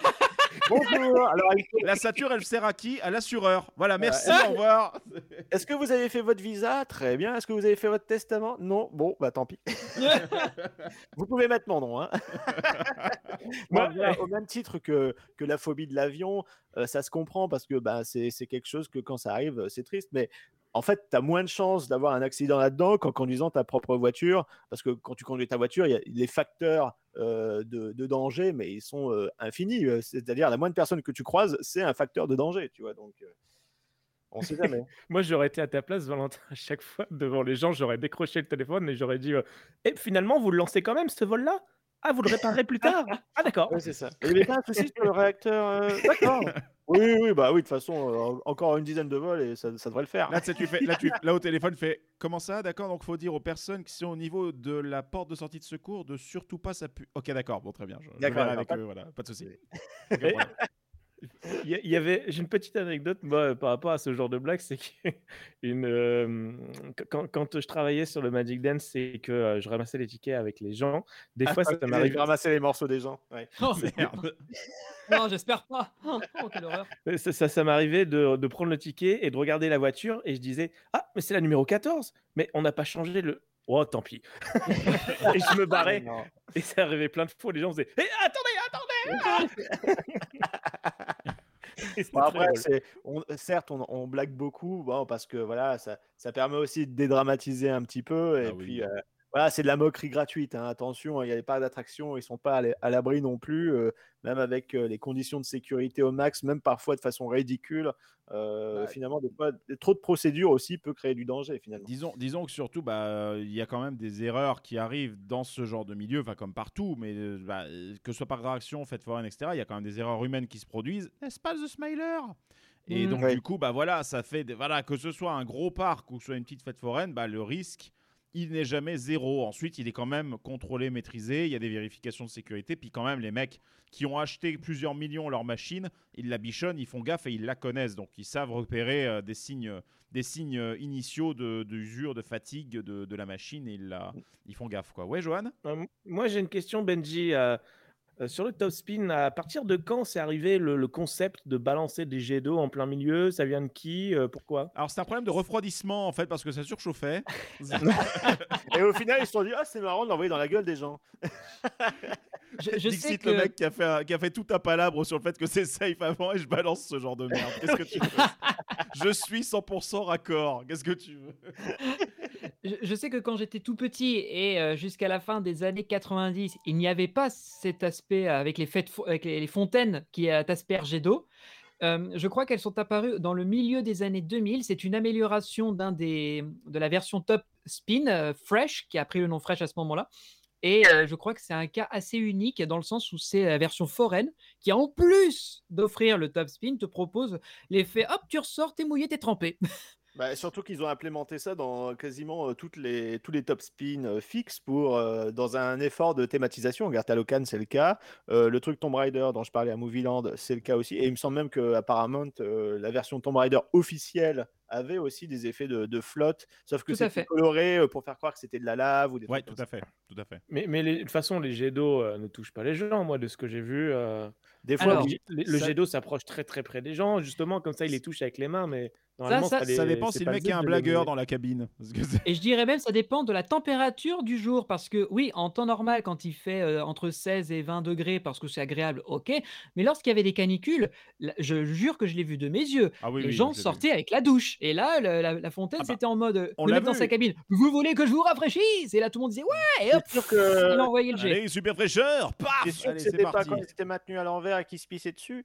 Speaker 5: Bonjour. Alors, il-
Speaker 7: La ceinture, elle sert à qui? À l'assureur. Voilà, merci,
Speaker 5: Euh,
Speaker 7: au revoir.
Speaker 5: est-ce que vous avez fait votre visa? Très bien. Est-ce que vous avez fait votre testament? Non. Bon, bah tant pis. Vous pouvez mettre mon nom. Hein. Moi,
Speaker 8: Ouais.
Speaker 5: voilà, au même titre que, que la phobie de l'avion, euh, ça se comprend parce que bah, c'est c'est quelque chose que quand ça arrive, c'est triste. Mais en fait, tu as moins de chances d'avoir un accident là-dedans qu'en conduisant ta propre voiture. Parce que quand tu conduis ta voiture, il y a les facteurs euh, de, de danger, mais ils sont euh, infinis. Euh, C'est-à-dire, la moindre personne que tu croises, c'est un facteur de danger. Tu vois, donc, euh, on sait jamais.
Speaker 8: Moi, j'aurais été à ta place, Valentin, à chaque fois, devant les gens, j'aurais décroché le téléphone et j'aurais dit euh, Et finalement, vous le lancez quand même, ce vol-là? Ah, vous le réparerez plus tard? Ah, d'accord.
Speaker 5: Oui, c'est ça. Il n'y avait pas un souci sur le réacteur. euh, D'accord. Oui, oui, bah oui, de toute façon, euh, encore une dizaine de vols et ça, ça devrait le faire.
Speaker 7: Là, tu sais, tu fais, là, tu, là, au téléphone, tu fais comment ça? D'accord, donc faut dire aux personnes qui sont au niveau de la porte de sortie de secours de surtout pas s'appuyer. Ok, d'accord, bon, très bien. Je, je
Speaker 5: D'accord,
Speaker 7: verrai
Speaker 5: d'accord,
Speaker 7: avec
Speaker 5: pas-
Speaker 7: eux, voilà, pas de souci.
Speaker 5: Oui.
Speaker 7: Aucun
Speaker 8: Et-
Speaker 7: problème.
Speaker 8: Il y, a- il y avait, j'ai une petite anecdote moi, par rapport à ce genre de blague, c'est que une, euh, quand, quand je travaillais sur le Magic Dance et que euh, je ramassais les tickets avec les gens, des fois ça
Speaker 5: Vous avez
Speaker 8: m'arrivait,
Speaker 5: ramassé les morceaux des gens. Ouais.
Speaker 9: Oh,
Speaker 7: Merde.
Speaker 9: non, j'espère pas. Oh, quelle horreur.
Speaker 8: ça, ça, ça m'arrivait de, de prendre le ticket et de regarder la voiture et je disais ah mais c'est la numéro quatorze, mais on n'a pas changé le. Oh tant pis. Et je me barrais
Speaker 5: Non.
Speaker 8: et ça arrivait plein de fois. Les gens faisaient Eh, attendez attendez. Et c'était
Speaker 5: Bon,
Speaker 8: très
Speaker 5: après,
Speaker 8: drôle.
Speaker 5: c'est, on- certes, on, on blague beaucoup, bon, parce que voilà, ça, ça permet aussi de dédramatiser un petit peu. Et
Speaker 7: Ah oui.
Speaker 5: puis, euh, voilà, c'est de la moquerie gratuite. Hein, attention, il n'y a pas d'attraction, ils sont pas à l'é- à l'abri non plus, euh, même avec euh, les conditions de sécurité au max, même parfois de façon ridicule. Euh,
Speaker 7: Bah,
Speaker 5: finalement, des fois, trop de procédures aussi peut créer du danger, finalement.
Speaker 7: Disons, disons que surtout, bah, euh, il y a quand même des erreurs qui arrivent dans ce genre de milieu, enfin comme partout, mais euh, bah, euh, que ce soit par réaction, fête foraine, et cetera, il y a quand même des erreurs humaines qui se produisent. N'est-ce pas, The Smiler? Et
Speaker 9: Mhm.
Speaker 7: donc,
Speaker 5: Ouais.
Speaker 7: du coup, bah, voilà, ça fait des- voilà, que ce soit un gros parc ou que ce soit une petite fête foraine, bah, le risque, il n'est jamais zéro. Ensuite, il est quand même contrôlé, maîtrisé, il y a des vérifications de sécurité, puis quand même, les mecs qui ont acheté plusieurs millions leur machine, ils la bichonnent, ils font gaffe et ils la connaissent, donc ils savent repérer euh, des signes des signes euh, initiaux de, d'usure, de fatigue de, de la machine et ils, la- ils font gaffe, quoi. Ouais, Johan?
Speaker 8: Euh, m- Moi, j'ai une question, Benji. euh, euh, sur le top spin, à partir de quand c'est arrivé le, le concept de balancer des jets d'eau en plein milieu? Ça vient de qui? Euh, pourquoi?
Speaker 7: Alors, c'est un problème de refroidissement, en fait, parce que ça surchauffait.
Speaker 5: Et au final, ils se sont dit, ah, c'est marrant de l'envoyer dans la gueule des gens.
Speaker 9: Je, je sais
Speaker 7: Dixit,
Speaker 9: que
Speaker 7: le mec qui a, fait un- qui a fait tout un palabre sur le fait que c'est safe avant et je balance ce genre de merde. Qu'est-ce que tu veux? Je suis cent pour cent raccord. Qu'est-ce que tu veux?
Speaker 9: Je, je sais que quand j'étais tout petit et euh, jusqu'à la fin des années quatre-vingt-dix, il n'y avait pas cet aspect euh, avec les, fêtes, fo- avec les, les fontaines qui euh, t'aspergeaient d'eau. Euh, je crois qu'elles sont apparues dans le milieu des années deux mille. C'est une amélioration d'un des, de la version Top Spin euh, Fresh, qui a pris le nom Fresh à ce moment-là. Et euh, je crois que c'est un cas assez unique dans le sens où c'est la version foraine qui, en plus d'offrir le Top Spin, te propose l'effet hop, tu ressors, t'es mouillé, t'es trempé.
Speaker 5: Bah, surtout qu'ils ont implémenté ça dans quasiment euh, toutes les, tous les top spins euh, fixes pour, euh, dans un effort de thématisation. Regarde, Talocan, c'est le cas. Euh, le truc Tomb Raider dont je parlais à Movieland, c'est le cas aussi. Et il me semble même que Paramount, euh, la version Tomb Raider officielle, avait aussi des effets de, de flotte, sauf que
Speaker 9: Tout à
Speaker 5: c'était
Speaker 9: fait.
Speaker 5: coloré euh, pour faire croire que c'était de la lave ou des
Speaker 7: Ouais,
Speaker 5: trucs
Speaker 7: tout
Speaker 5: comme
Speaker 7: à fait. Tout à fait.
Speaker 8: Mais, mais les- de toute façon, les jets d'eau euh, ne touchent pas les gens, moi, de ce que j'ai vu. euh,
Speaker 5: ça. Des fois,
Speaker 9: Alors,
Speaker 5: oui.
Speaker 8: les- le
Speaker 7: ça-
Speaker 8: jet d'eau s'approche très très près des gens, justement, comme ça, il les touche avec les mains, mais normalement,
Speaker 9: ça-
Speaker 8: les-
Speaker 7: Ça dépend
Speaker 8: c'est
Speaker 7: si
Speaker 8: pas
Speaker 7: le mec
Speaker 8: but
Speaker 7: est un
Speaker 8: de les
Speaker 7: blagueur
Speaker 8: mouiller.
Speaker 7: dans la cabine. Parce que c'est-
Speaker 9: Et je dirais même, ça dépend de la température du jour. Parce que, oui, en temps normal, quand il fait euh, entre seize et vingt degrés, parce que c'est agréable, ok. Mais lorsqu'il y avait des canicules, là, je jure que je l'ai vu de mes yeux.
Speaker 7: Ah oui,
Speaker 9: les
Speaker 7: oui,
Speaker 9: gens
Speaker 7: je l'ai vu.
Speaker 9: sortaient avec la douche. Et là, le- la, la fontaine,
Speaker 7: Ah bah,
Speaker 9: c'était en mode euh,
Speaker 7: on
Speaker 9: le
Speaker 7: l'a
Speaker 9: mec dans
Speaker 7: vu.
Speaker 9: sa cabine. Vous voulez que je vous rafraîchisse? Et là, tout le monde disait ouais. Et hop,
Speaker 5: C'est sûr que-
Speaker 9: il a envoyé le jet.
Speaker 7: Allez, super fraîcheur. Paf.
Speaker 5: T'es sûr
Speaker 7: Allez,
Speaker 5: que
Speaker 7: c'est
Speaker 5: c'était pas
Speaker 7: parti.
Speaker 5: quand ils étaient maintenus à l'envers et qu'ils se pissaient dessus?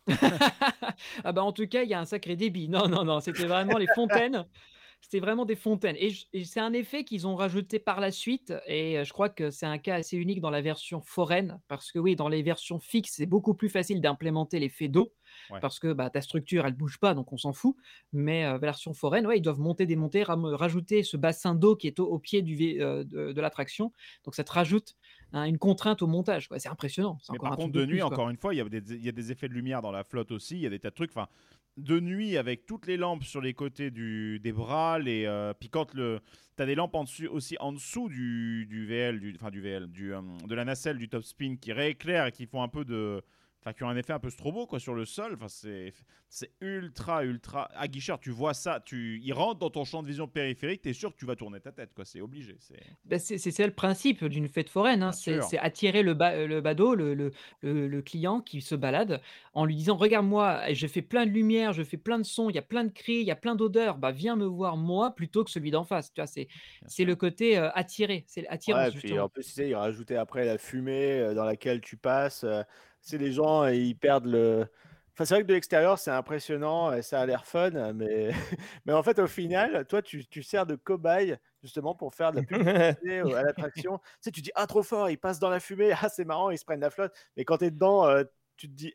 Speaker 9: Ah bah en tout cas, il y a un sacré débit. Non, non, non, c'était vraiment les fontaines. C'était vraiment des fontaines. Et, je- et c'est un effet qu'ils ont rajouté par la suite. Et euh, je crois que c'est un cas assez unique dans la version foraine. Parce que oui, dans les versions fixes, c'est beaucoup plus facile d'implémenter l'effet d'eau.
Speaker 7: Ouais.
Speaker 9: Parce que bah, ta structure, elle bouge pas, donc on s'en fout. Mais euh, version foraine, ouais, ils doivent monter, démonter, ram- rajouter ce bassin d'eau qui est au, au pied du, vé- euh, de, de l'attraction. Donc ça te rajoute hein, une contrainte au montage, quoi. C'est impressionnant. C'est
Speaker 7: Mais
Speaker 9: encore
Speaker 7: par
Speaker 9: un
Speaker 7: contre,
Speaker 9: truc
Speaker 7: de nuit,
Speaker 9: plus, quoi.
Speaker 7: encore une fois, il y, a des, il y a des effets de lumière dans la flotte aussi. Il y a des tas de trucs. Enfin, de nuit, avec toutes les lampes sur les côtés du, des bras, les, euh, puis quand le, t'as des lampes en dessus, aussi en dessous du, du V L, du, enfin du V L, du, euh, de la nacelle du top spin qui rééclairent et qui font un peu de, enfin, qui ont un effet un peu strobo quoi, sur le sol. Enfin, c'est, c'est ultra, ultra. Ah, Guichard, tu vois ça, tu... il rentre dans ton champ de vision périphérique, t'es sûr que tu vas tourner ta tête, quoi. C'est obligé. C'est...
Speaker 9: Bah, c'est c'est ça le principe d'une fête foraine, hein.
Speaker 7: Bien
Speaker 9: C'est
Speaker 7: sûr.
Speaker 9: c'est attirer le, ba- le badaud, le, le, le- le client qui se balade, en lui disant: Regarde-moi, je fais plein de lumière, je fais plein de sons, il y a plein de cris, il y a plein d'odeurs. Bah, viens me voir moi plutôt que celui d'en face. Tu vois, c'est
Speaker 7: Bien
Speaker 9: c'est
Speaker 7: sûr.
Speaker 9: le côté euh, attiré, c'est l'attirance,
Speaker 5: Ouais, puis
Speaker 9: justement.
Speaker 5: en plus, tu sais, il rajoutait après la fumée euh, dans laquelle tu passes. Euh, c'est les gens, euh, ils perdent le. Enfin, c'est vrai que de l'extérieur, c'est impressionnant et ça a l'air fun, mais, mais en fait, au final, toi, tu, tu sers de cobaye justement pour faire de la publicité euh, à l'attraction. Tu sais, tu dis, ah, trop fort, ils passent dans la fumée, ah, c'est marrant, ils se prennent la flotte. Mais quand tu es dedans, euh, tu te dis,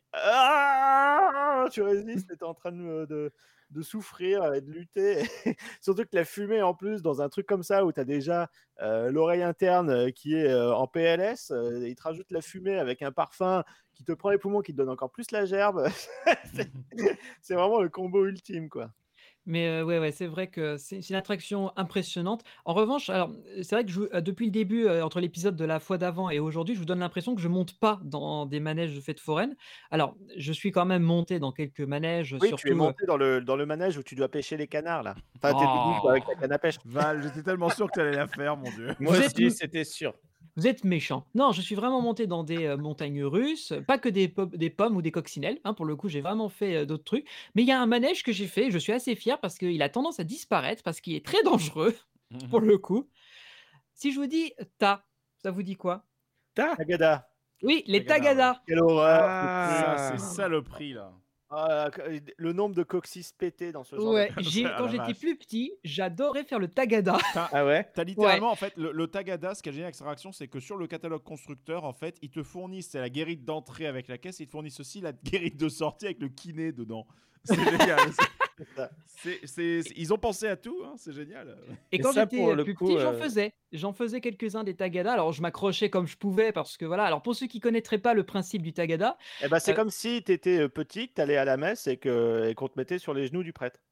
Speaker 5: ah, tu résistes et tu es en train de, de, de souffrir et de lutter. Surtout que la fumée, en plus, dans un truc comme ça où tu as déjà euh, l'oreille interne euh, qui est euh, en P L S, euh, ils te rajoutent la fumée avec un parfum qui te prend les poumons, qui te donne encore plus la gerbe. c'est, c'est vraiment le combo ultime, quoi.
Speaker 9: Mais heu, ouais, ouais, c'est vrai que c'est c'est une attraction impressionnante. En revanche, alors, heu, c'est vrai que je heu, depuis le début, heu, entre l'épisode de la fois d'avant et aujourd'hui, je vous donne l'impression que je monte pas dans des manèges de fêtes foraines. Alors, je suis quand même monté dans quelques manèges,
Speaker 5: Oui, tu es
Speaker 9: surtout, heu
Speaker 5: monté dans le, dans le manège où tu dois pêcher les canards, là. Enfin, tu es debout quoi, avec
Speaker 9: oh!
Speaker 5: ta canne à pêche.
Speaker 7: Val, j'étais tellement sûr que t'allais la faire, mon Dieu.
Speaker 8: Moi
Speaker 9: Vous êtes
Speaker 8: aussi,
Speaker 9: m
Speaker 8: c'était sûr.
Speaker 9: vous êtes méchant. Non, je suis vraiment monté dans des, heu, montagnes russes, pas que des pom des pommes ou des coccinelles, hein, pour le coup, j'ai vraiment fait, heu, d'autres trucs. Mais il y a un manège que j'ai fait, je suis assez fier parce qu'il a tendance à disparaître, parce qu'il est très dangereux, pour le coup. Si je vous dis ta, ça vous dit quoi?
Speaker 8: Ta
Speaker 5: Tagada.
Speaker 9: Oui, les
Speaker 7: Tagada, ouais.
Speaker 9: tagadas.
Speaker 5: Quelle horreur.
Speaker 7: Ça,
Speaker 8: Ah.
Speaker 7: c'est saloperie, là.
Speaker 5: Ah, que- le nombre de coccyx pétés dans ce genre
Speaker 9: Ouais,
Speaker 5: de...
Speaker 9: j'ai
Speaker 7: Ah,
Speaker 9: quand
Speaker 7: la
Speaker 9: j'étais
Speaker 7: vache.
Speaker 9: plus petit, j'adorais faire le tagada.
Speaker 7: T'as,
Speaker 8: Ah ouais?
Speaker 7: t'as littéralement, en fait, le, le Tagada, ce qui est génial avec cette attraction, c'est que sur le catalogue constructeur, en fait, ils te fournissent, c'est la guérite d'entrée avec la caisse, ils te fournissent aussi la guérite de sortie avec le kiné dedans. C'est génial. C'est- c'est, c'est, c'est- ils ont pensé à tout, hein, c'est génial.
Speaker 9: Et
Speaker 8: Et
Speaker 9: quand
Speaker 8: ça,
Speaker 9: j'étais
Speaker 8: pour
Speaker 9: euh,
Speaker 8: le
Speaker 9: plus
Speaker 8: coup,
Speaker 9: petit, j'en
Speaker 8: euh,
Speaker 9: faisais. J'en faisais quelques-uns des tagadas. Alors, je m'accrochais comme je pouvais parce que voilà. Alors, pour ceux qui connaîtraient pas le principe du tagada,
Speaker 5: Eh ben, c'est
Speaker 9: euh,
Speaker 5: comme si tu étais petit, que tu allais à la messe et, que, et qu'on te mettait sur les genoux du prêtre.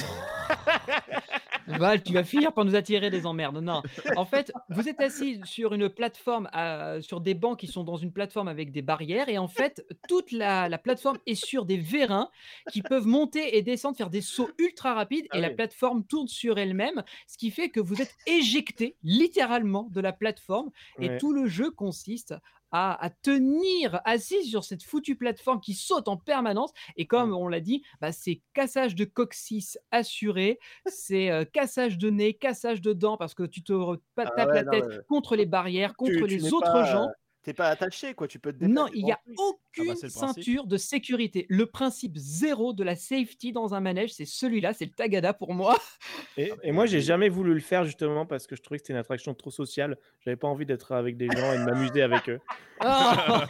Speaker 9: Val, tu vas finir par nous attirer des emmerdes. Non, en fait, vous êtes assis sur une plateforme, à- sur des bancs qui sont dans une plateforme avec des barrières, et en fait, toute la, la plateforme est sur des vérins qui peuvent monter et descendre, faire des sauts ultra rapides,
Speaker 5: Ah
Speaker 9: et la
Speaker 5: oui.
Speaker 9: plateforme tourne sur elle-même, ce qui fait que vous êtes éjecté littéralement de la plateforme, et
Speaker 8: ouais.
Speaker 9: tout le jeu consiste à, à tenir assis sur cette foutue plateforme qui saute en permanence. Et comme on l'a dit, bah, c'est cassage de coccyx assuré, c'est euh, cassage de nez, cassage de dents, parce que tu te re- pa-
Speaker 5: Ah
Speaker 9: tapes
Speaker 5: ouais,
Speaker 9: la
Speaker 5: non,
Speaker 9: tête
Speaker 5: mais
Speaker 9: contre les barrières, contre
Speaker 5: tu, tu n'es
Speaker 9: les autres
Speaker 5: pas,
Speaker 9: gens.
Speaker 5: euh, t'es pas attaché, quoi. Tu peux te
Speaker 9: Non,
Speaker 5: déplacer
Speaker 9: il n'y a
Speaker 5: pour le
Speaker 7: Ah
Speaker 9: aucune
Speaker 7: bah, c'est le principe.
Speaker 9: ceinture de sécurité. Le principe zéro de la safety dans un manège, c'est celui-là, c'est le tagada pour moi.
Speaker 8: Et, et moi, j'ai jamais voulu le faire justement parce que je trouvais que c'était une attraction trop sociale. J'avais pas envie d'être avec des gens et de m'amuser avec eux.
Speaker 9: Ah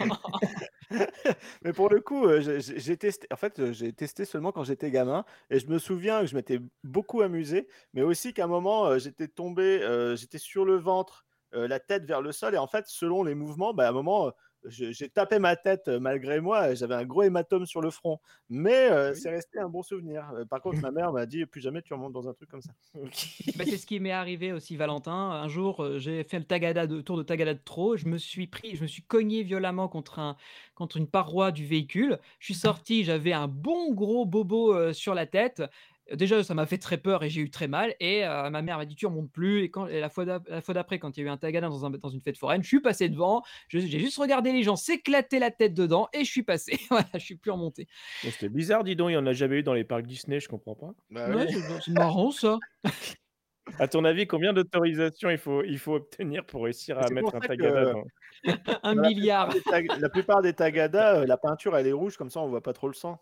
Speaker 5: Mais pour le coup, euh, j'ai- j'ai j'ai testé. En fait, euh, j'ai testé seulement quand j'étais gamin, et je me souviens que je m'étais beaucoup amusé, mais aussi qu'à un moment, euh, j'étais tombé, euh, j'étais sur le ventre, euh, la tête vers le sol, et en fait, selon les mouvements, bah, à un moment, euh, je- j'ai tapé ma tête euh, malgré moi, et j'avais un gros hématome sur le front. Mais euh,
Speaker 7: Oui.
Speaker 5: c'est resté un bon souvenir. Euh, par contre, ma mère m'a dit plus jamais tu remontes dans un truc comme ça.
Speaker 9: Bah, c'est ce qui m'est arrivé aussi, Valentin. Un jour, euh, j'ai fait le tagada de, tour de tagada de trop. Je me suis pris, je me suis cogné violemment contre, un, contre une paroi du véhicule. Je suis sorti, j'avais un bon gros bobo euh, sur la tête. Euh, Déjà, ça m'a fait très peur et j'ai eu très mal. Et euh, ma mère m'a dit, tu remontes plus. Et, quand, et la fois d'ap- la fois d'après, quand il y a eu un tagada dans, un- dans une fête foraine, je suis passé devant. Je- J'ai juste regardé les gens s'éclater la tête dedans et je suis passé. Voilà, je suis plus remonté.
Speaker 8: Mais c'était bizarre, dis donc, il y en a jamais eu dans les parcs Disney, je comprends pas.
Speaker 5: Bah
Speaker 9: Ouais,
Speaker 5: oui.
Speaker 9: c'est c'est marrant ça.
Speaker 8: À ton avis, combien d'autorisations il faut, il faut obtenir pour réussir à
Speaker 5: C'est pour
Speaker 8: mettre un
Speaker 5: ça
Speaker 8: tagada
Speaker 5: que
Speaker 8: dans...
Speaker 9: Un
Speaker 5: dans la
Speaker 9: milliard.
Speaker 5: plupart des tag- la plupart des tagadas, euh, la peinture elle est rouge, comme ça on voit pas trop le sang.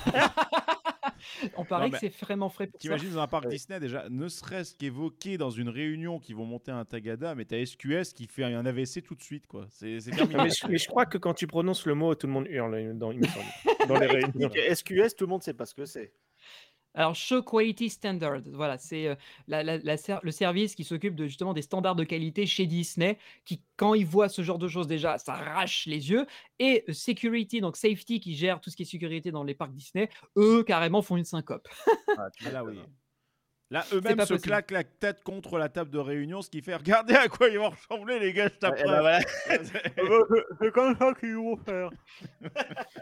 Speaker 9: On paraît
Speaker 7: mais
Speaker 9: que c'est vraiment frais pour ça.
Speaker 7: T'imagines dans un parc
Speaker 5: Ouais.
Speaker 7: Disney déjà, ne serait-ce qu'évoquer dans une réunion qu'ils vont monter un Tagada, mais t'as S Q S qui fait un A V C tout de suite, quoi. C'est, c'est terminé.
Speaker 8: mais, je, mais je crois que quand tu prononces le mot, tout le monde hurle dans, il me semble, dans les réunions.
Speaker 5: S Q S, tout le monde sait pas ce que c'est.
Speaker 9: Alors, Show Quality Standard, voilà, c'est euh, la- la- la ser- le service qui s'occupe de, justement des standards de qualité chez Disney, qui, quand ils voient ce genre de choses déjà, ça arrache les yeux. Et euh, Security, donc Safety, qui gère tout ce qui est sécurité dans les parcs Disney, eux, carrément, font une syncope.
Speaker 5: Ah, tu
Speaker 7: Ah là, oui.
Speaker 5: m'étonnes.
Speaker 7: Là, eux-mêmes
Speaker 9: pas
Speaker 7: se
Speaker 9: possible.
Speaker 7: claquent la tête contre la table de réunion, ce qui fait regardez à quoi ils vont ressembler, les gars, je
Speaker 5: Eh ben
Speaker 7: t'apprends.
Speaker 5: voilà. C'est- C'est comme ça qu'ils vont faire.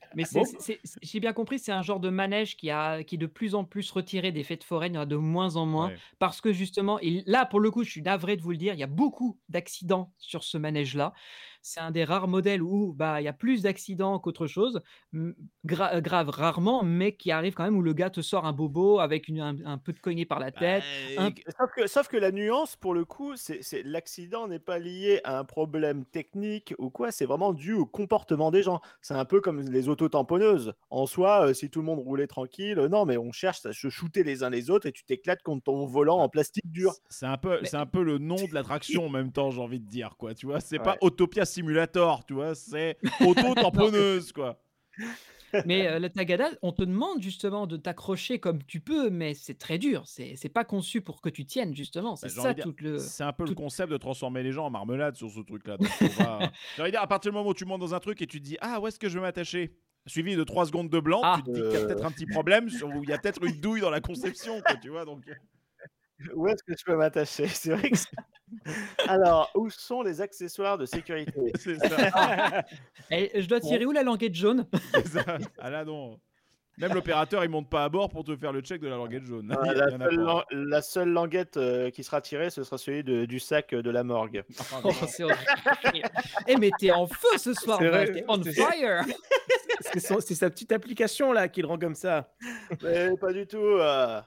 Speaker 9: Mais c'est
Speaker 8: Bon,
Speaker 9: c'est c'est c'est j'ai bien compris, c'est un genre de manège qui a qui est de plus en plus retiré des fêtes foraines, il y en a de moins en moins
Speaker 7: Ouais.
Speaker 9: parce que justement et là, pour le coup, je suis navré de vous le dire, il y a beaucoup d'accidents sur ce manège-là. C'est un des rares modèles où, bah, il y a plus d'accidents qu'autre chose, mmh, gra heu, grave rarement, mais qui arrive quand même où le gars te sort un bobo avec une un un peu de cognée par la
Speaker 7: Bah,
Speaker 9: tête, un
Speaker 7: q
Speaker 5: Sauf que sauf que la nuance pour le coup, c'est c'est l'accident n'est pas lié à un problème technique ou quoi, c'est vraiment dû au comportement des gens. C'est un peu comme les auto-tamponneuses. En soi, heu, si tout le monde roulait tranquille, heu, non, mais on cherche à se shooter les uns les autres et tu t'éclates contre ton volant
Speaker 7: bah,
Speaker 5: en plastique dur.
Speaker 7: c c'est un peu
Speaker 9: mais
Speaker 7: c'est un peu le nom de l'attraction en même temps, j'ai envie de dire, quoi, tu vois? C'est pas
Speaker 8: ouais.
Speaker 7: Autopia Simulator, tu vois? C'est
Speaker 9: non.
Speaker 7: auto-tamponneuse, quoi.
Speaker 9: Mais heu, la Tagada, on te demande justement de t'accrocher comme tu peux, mais c'est très dur. C'est c'est pas conçu pour que tu tiennes justement.
Speaker 7: Bah,
Speaker 9: C'est
Speaker 7: j'ai envie
Speaker 9: ça
Speaker 7: de dire,
Speaker 9: tout le
Speaker 7: c'est un peu le
Speaker 9: tout
Speaker 7: concept de transformer les gens en marmelade sur ce truc-là, donc faut pas j'ai envie de dire, à partir du moment où tu montes dans un truc et tu te dis: «Ah, où est-ce que je vais m'attacher?» Suivi de trois secondes de blanc, tu
Speaker 9: ah!
Speaker 7: te dis qu'il y a peut-être
Speaker 5: Heu,
Speaker 7: un petit problème sur où il y a peut-être une douille dans la conception, quoi, tu vois? Donc
Speaker 5: où est-ce que je peux m'attacher? C'est vrai que c'est alors, où sont les accessoires de sécurité?
Speaker 7: c'est ça,
Speaker 9: Ah! Et je dois
Speaker 5: Bon,
Speaker 9: tirer où la languette jaune?
Speaker 7: c'est ça. Ah là, non. Même l'opérateur, il monte pas à bord pour te faire le check de la languette jaune.
Speaker 5: heu,
Speaker 7: Il y a
Speaker 5: la
Speaker 7: il y en a
Speaker 5: seule
Speaker 7: pas, hein.
Speaker 5: lan la seule languette, heu, qui sera tirée, ce sera celui de du sac, heu, de la morgue.
Speaker 7: Oh
Speaker 9: Oh,
Speaker 7: non.
Speaker 9: c'est horrible. Eh, mais tu es en feu ce soir,
Speaker 8: C'est
Speaker 9: Val,
Speaker 8: vrai,
Speaker 9: tu es on
Speaker 8: c'est
Speaker 9: fire!
Speaker 8: c'est son c'est sa petite application là qui le rend comme ça.
Speaker 5: Mais pas du tout, heu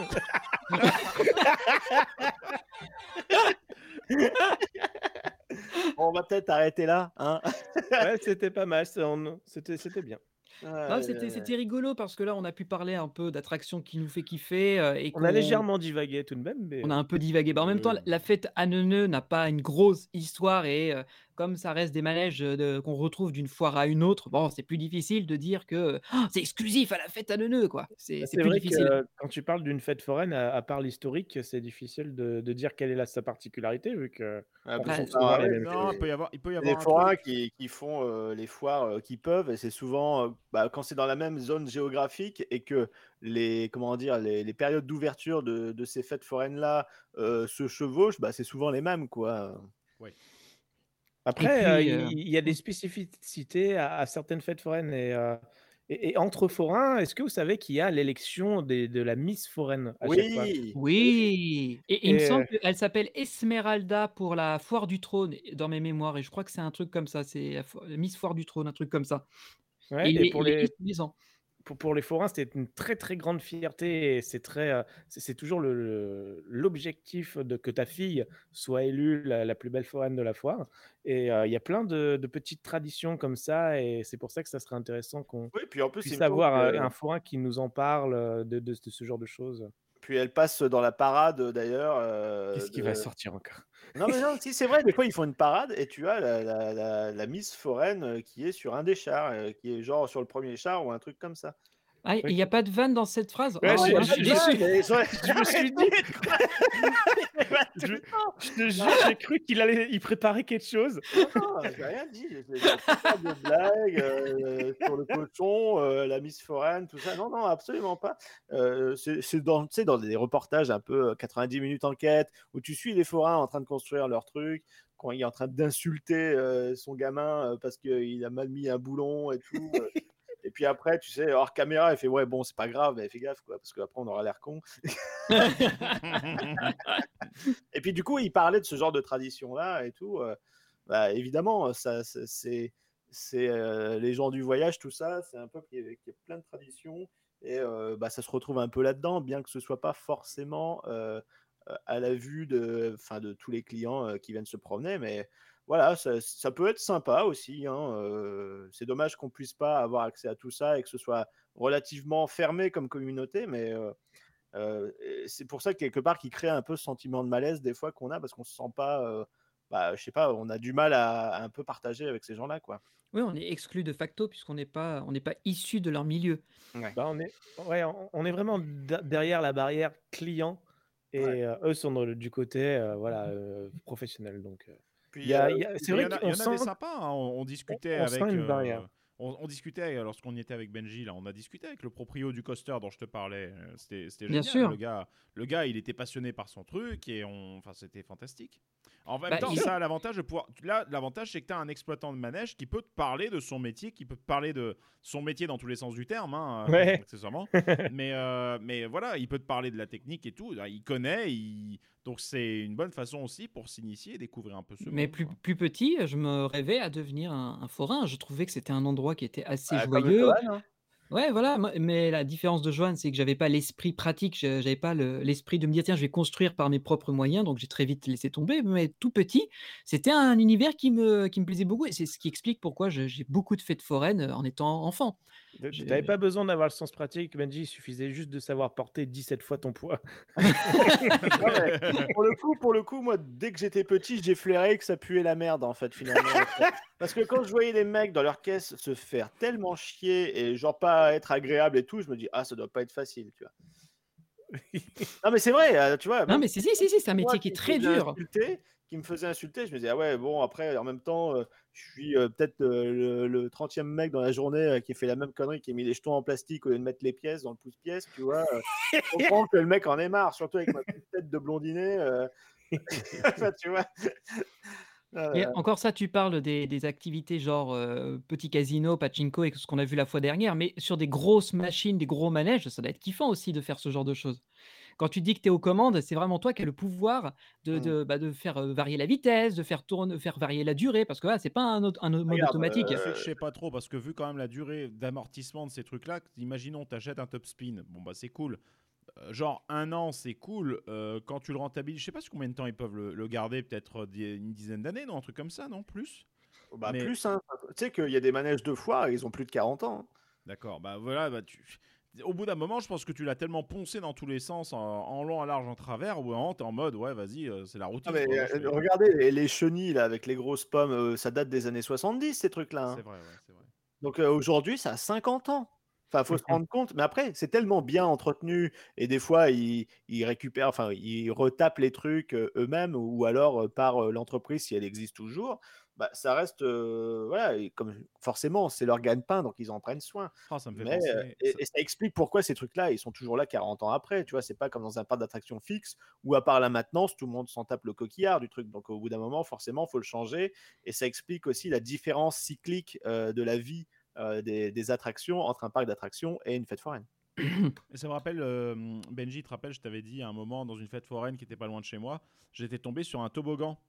Speaker 5: on va peut-être arrêter là, hein?
Speaker 8: Ouais, c'était pas mal, c'est on c'était c'était bien.
Speaker 9: Non,
Speaker 5: Aïe,
Speaker 9: c'était
Speaker 5: aïe, aïe.
Speaker 9: c'était rigolo parce que là, on a pu parler un peu d'attractions qui nous fait kiffer, heu, et
Speaker 8: On a
Speaker 9: qu'on
Speaker 8: légèrement divagué tout de même, mais
Speaker 9: on a
Speaker 8: heu,
Speaker 9: un peu divagué. Bah, en même temps,
Speaker 7: Oui.
Speaker 9: la la fête à Neuneu n'a pas une grosse histoire et heu, comme ça reste des manèges, heu, de qu'on retrouve d'une foire à une autre, bon, c'est plus difficile de dire que, «Oh, c'est exclusif à la fête à Neuneu», quoi. C'est c'est
Speaker 8: c'est
Speaker 9: plus
Speaker 8: vrai
Speaker 9: difficile.
Speaker 8: que quand tu parles d'une fête foraine, à à part l'historique, c'est difficile de de dire quelle est la sa particularité vu
Speaker 5: Ah
Speaker 8: qu'on
Speaker 5: bah,
Speaker 9: Bah,
Speaker 8: retrouve
Speaker 5: c'est
Speaker 8: souvent
Speaker 5: ça,
Speaker 8: les
Speaker 5: ouais,
Speaker 8: mêmes
Speaker 7: Non, il
Speaker 8: choses.
Speaker 7: peut y avoir il peut y
Speaker 5: c'est des
Speaker 7: avoir un
Speaker 5: forains
Speaker 7: truc.
Speaker 5: qui qui font, heu, les foires, heu, qu'ils peuvent et c'est souvent, heu, bah, quand c'est dans la même zone géographique et que les comment dire? Les les périodes d'ouverture de de ces fêtes foraines-là, heu, se chevauchent, bah, c'est souvent les mêmes, quoi.
Speaker 7: Ouais.
Speaker 9: et
Speaker 8: Après, heu,
Speaker 9: puis, heu
Speaker 8: il il y a des
Speaker 9: mmh.
Speaker 8: spécificités à à certaines fêtes foraines et heu et et entre forains, est-ce que vous savez qu'il y a l'élection des de la Miss Foraine à chaque fois?
Speaker 5: Oui!
Speaker 9: Oui et et il me
Speaker 8: Et
Speaker 9: semble
Speaker 8: heu,
Speaker 9: qu'elle s'appelle Esmeralda pour la foire du trône dans mes mémoires et je crois que c'est un truc comme ça, c'est la fo Miss Foire du Trône, un truc comme ça et
Speaker 8: ouais
Speaker 9: il
Speaker 8: et
Speaker 9: est
Speaker 8: pour
Speaker 9: il est
Speaker 8: les
Speaker 9: utilisant.
Speaker 8: Pour pour les forains, c'était une très, très grande fierté et c'est très, heu, c'est c'est toujours le le l'objectif de que ta fille soit élue la la plus belle foraine de la foire et heu, il y a plein de de petites traditions comme ça et c'est pour ça que ça serait intéressant qu'on
Speaker 5: Oui, puis en plus, il
Speaker 8: puisse
Speaker 5: me semble
Speaker 8: avoir, heu,
Speaker 5: que
Speaker 8: un forain qui nous en parle, heu, de de de ce genre de choses.
Speaker 5: puis elle passe dans la parade, d'ailleurs, heu,
Speaker 8: Qu'est-ce qui va
Speaker 5: de
Speaker 8: sortir encore?
Speaker 5: non, mais non, si, c'est vrai, des fois, ils font une parade et tu as la la la la Miss foraine, heu, qui est sur un des chars, heu, qui est genre sur le premier char ou un truc comme ça.
Speaker 9: Ah, il y a
Speaker 8: OK.
Speaker 9: pas de vanne dans cette phrase?
Speaker 8: Ouais,
Speaker 5: Non,
Speaker 9: Oh
Speaker 5: il y a
Speaker 8: j'ai
Speaker 9: mince,
Speaker 5: pas
Speaker 9: je
Speaker 5: de
Speaker 9: suis
Speaker 8: j'ai
Speaker 9: déçu.
Speaker 5: vanne, mais ils auraient
Speaker 8: je
Speaker 5: dû
Speaker 8: me suis dit
Speaker 5: arrêter de quoi
Speaker 8: je
Speaker 5: tout le temps.
Speaker 8: je te
Speaker 5: Non,
Speaker 8: jure, j'ai cru qu'il allait y préparer quelque chose.
Speaker 5: non, non, j'ai rien dit, j'ai j'ai j'ai pas fait de blague, heu, sur le cochon, heu, la Miss foraine, tout ça. Non, non, absolument pas. Heu, c'est c'est dans tu sais, dans des reportages un peu, heu, quatre-vingt-dix minutes enquête, où tu suis les forains en train de construire leur truc, quand il est en train d'insulter, heu, son gamin, heu, parce qu'il a mal mis un boulon et tout, heu et puis après, tu sais, hors caméra, il fait: «Ouais, bon, c'est pas grave, mais fais gaffe, quoi, parce qu'après on aura l'air con». Et puis du coup, il parlait de ce genre de tradition-là et tout, heu, bah, évidemment, ça c'est c'est c'est, heu, les gens du voyage, tout ça, c'est un peuple qui est qui a plein de traditions et heu, bah, ça se retrouve un peu là-dedans, bien que ce soit pas forcément, heu heu, à la vue de enfin, de tous les clients, heu, qui viennent se promener, mais voilà, ça ça peut être sympa aussi, hein, heu, c'est dommage qu'on puisse pas avoir accès à tout ça et que ce soit relativement fermé comme communauté, mais heu Heu et c'est pour ça que quelque part qui crée un peu ce sentiment de malaise des fois qu'on a parce qu'on se sent pas, heu, bah, je sais pas, on a du mal à à un peu partager avec ces gens-là, quoi.
Speaker 9: Oui, on est exclu de facto puisqu'on n'est pas on n'est pas issu de leur milieu.
Speaker 5: Ouais.
Speaker 8: Bah, on est ouais, on on est vraiment de derrière la barrière client
Speaker 5: Ouais.
Speaker 8: et heu, eux sont dans le du côté, heu, voilà, heu, professionnel donc heu, il y
Speaker 5: Puis, heu,
Speaker 8: a il y a c'est
Speaker 7: Mais il y
Speaker 8: vrai
Speaker 7: en a il y
Speaker 8: qu'on
Speaker 7: en a
Speaker 8: sent
Speaker 7: des sympas, hein. On on
Speaker 8: on
Speaker 7: discutait
Speaker 8: on sent
Speaker 7: avec,
Speaker 8: une
Speaker 7: heu,
Speaker 8: barrière.
Speaker 7: On, on discutait euh, lorsqu'on y était avec Benji, là, on a discuté avec le proprio du coaster dont je te parlais. Euh, C'était, c'était
Speaker 9: Bien
Speaker 7: génial.
Speaker 9: sûr.
Speaker 7: Le gars, le gars, il était passionné par son truc et on, enfin, c'était fantastique. En même
Speaker 9: Bah,
Speaker 7: temps,
Speaker 9: il-
Speaker 7: ça a l'avantage de pouvoir. Là, l'avantage, c'est que tu as un exploitant de manège qui peut te parler de son métier, qui peut te parler de son métier dans tous les sens du terme, hein,
Speaker 8: Ouais.
Speaker 7: accessoirement. mais, euh, mais voilà, il peut te parler de la technique et tout. Il connaît, il... donc c'est une bonne façon aussi pour s'initier et découvrir un peu ce
Speaker 9: Mais
Speaker 7: monde,
Speaker 9: plus,
Speaker 7: quoi.
Speaker 9: plus petit, je me rêvais à devenir un, un forain. Je trouvais que c'était un endroit qui était assez
Speaker 5: Ah, comme
Speaker 9: joyeux.
Speaker 5: Johan, hein.
Speaker 9: Ouais, voilà. moi- Mais la différence de Joanne, c'est que j'avais pas l'esprit pratique. je- J'avais pas le- l'esprit de me dire, tiens, je vais construire par mes propres moyens. Donc j'ai très vite laissé tomber. Mais tout petit, c'était un univers qui me, qui me plaisait beaucoup. Et c'est ce qui explique pourquoi je- j'ai beaucoup de fêtes foraines euh, en étant enfant.
Speaker 8: Tu
Speaker 9: J'ai-
Speaker 8: n'avais pas besoin d'avoir le sens pratique, Benji, il suffisait juste de savoir porter dix-sept fois ton poids.
Speaker 5: Non, mais pour le coup, pour le coup, moi, dès que j'étais petit, j'ai flairé que ça puait la merde, en fait, finalement. Parce que quand je voyais les mecs dans leur caisse se faire tellement chier et genre pas être agréable et tout, je me dis, ah, ça doit pas être facile, tu vois. Non, mais c'est vrai, euh, tu vois.
Speaker 9: Non,
Speaker 5: même
Speaker 9: mais si, si, si, si, c'est un
Speaker 5: moi
Speaker 9: métier qui est
Speaker 5: me
Speaker 9: très
Speaker 5: faisais
Speaker 9: dur.
Speaker 5: insulter, qui me faisait insulter, je me disais, ah ouais, bon, après, en même temps, euh, je suis euh, peut-être euh, le, le trentième mec dans la journée euh, qui a fait la même connerie, qui a mis les jetons en plastique au lieu de mettre les pièces dans le pouce-pièce, tu vois. euh, Je comprends que le mec en ait marre, surtout avec ma petite tête de blondinet. euh, Enfin, tu vois.
Speaker 9: Et
Speaker 5: Euh,
Speaker 9: encore ça, tu parles des, des activités genre euh, petit casino, pachinko et ce qu'on a vu la fois dernière, mais sur des grosses machines, des gros manèges, ça doit être kiffant aussi de faire ce genre de choses. Quand tu dis que tu es aux commandes, c'est vraiment toi qui as le pouvoir de,
Speaker 5: Mm.
Speaker 9: de, bah, de faire euh, varier la vitesse, de faire, tourner, faire varier la durée, parce que là, c'est pas un, autre- un mode
Speaker 5: Regarde,
Speaker 9: automatique.
Speaker 7: C'est que je sais pas trop, parce que vu quand même la durée d'amortissement de ces trucs-là, imaginons t'achètes un top spin, bon bah c'est cool. Euh, genre un an c'est cool, euh, quand tu le rentabilises, je sais pas sur combien de temps ils peuvent le, le garder, peut-être euh, di- une dizaine d'années, non, un truc comme ça, non, plus.
Speaker 5: Bah,
Speaker 7: Mais-
Speaker 5: plus, hein. Tu sais qu'il y a des manèges de foire, ils ont plus de quarante ans. hein.
Speaker 7: D'accord, bah voilà, bah tu... Au bout d'un moment, je pense que tu l'as tellement poncé dans tous les sens, en, en long, en large, en travers, ou en t'es en mode, ouais, vas-y, euh, c'est la routine.
Speaker 5: Ah, mais,
Speaker 7: quoi. Moi,
Speaker 5: euh,
Speaker 7: je fais-
Speaker 5: regardez, les, les chenilles là, avec les grosses pommes, euh, ça date des années soixante-dix, ces trucs-là. hein.
Speaker 7: C'est vrai, ouais, c'est vrai.
Speaker 5: Donc euh, aujourd'hui, ça a cinquante ans. Enfin, faut se rendre compte. Mais après, c'est tellement bien entretenu et des fois, ils, ils récupèrent, enfin, ils retapent les trucs euh, eux-mêmes ou alors euh, par euh, l'entreprise si elle existe toujours. Bah, ça reste, euh, voilà, et comme forcément, c'est leur gagne-pain, donc ils en prennent soin.
Speaker 7: Ah, ça me fait
Speaker 5: Mais,
Speaker 7: penser.
Speaker 5: euh,
Speaker 7: ça-
Speaker 5: et, et ça explique pourquoi ces trucs-là, ils sont toujours là quarante ans après. Tu vois, c'est pas comme dans un parc d'attractions fixe où, à part la maintenance, tout le monde s'en tape le coquillard du truc. Donc, au bout d'un moment, forcément, il faut le changer. Et ça explique aussi la différence cyclique euh, de la vie euh, des, des attractions entre un parc d'attractions et une fête foraine.
Speaker 7: Et ça me rappelle, euh, Benji, tu te rappelles, je t'avais dit à un moment dans une fête foraine qui était pas loin de chez moi, j'étais tombé sur un toboggan.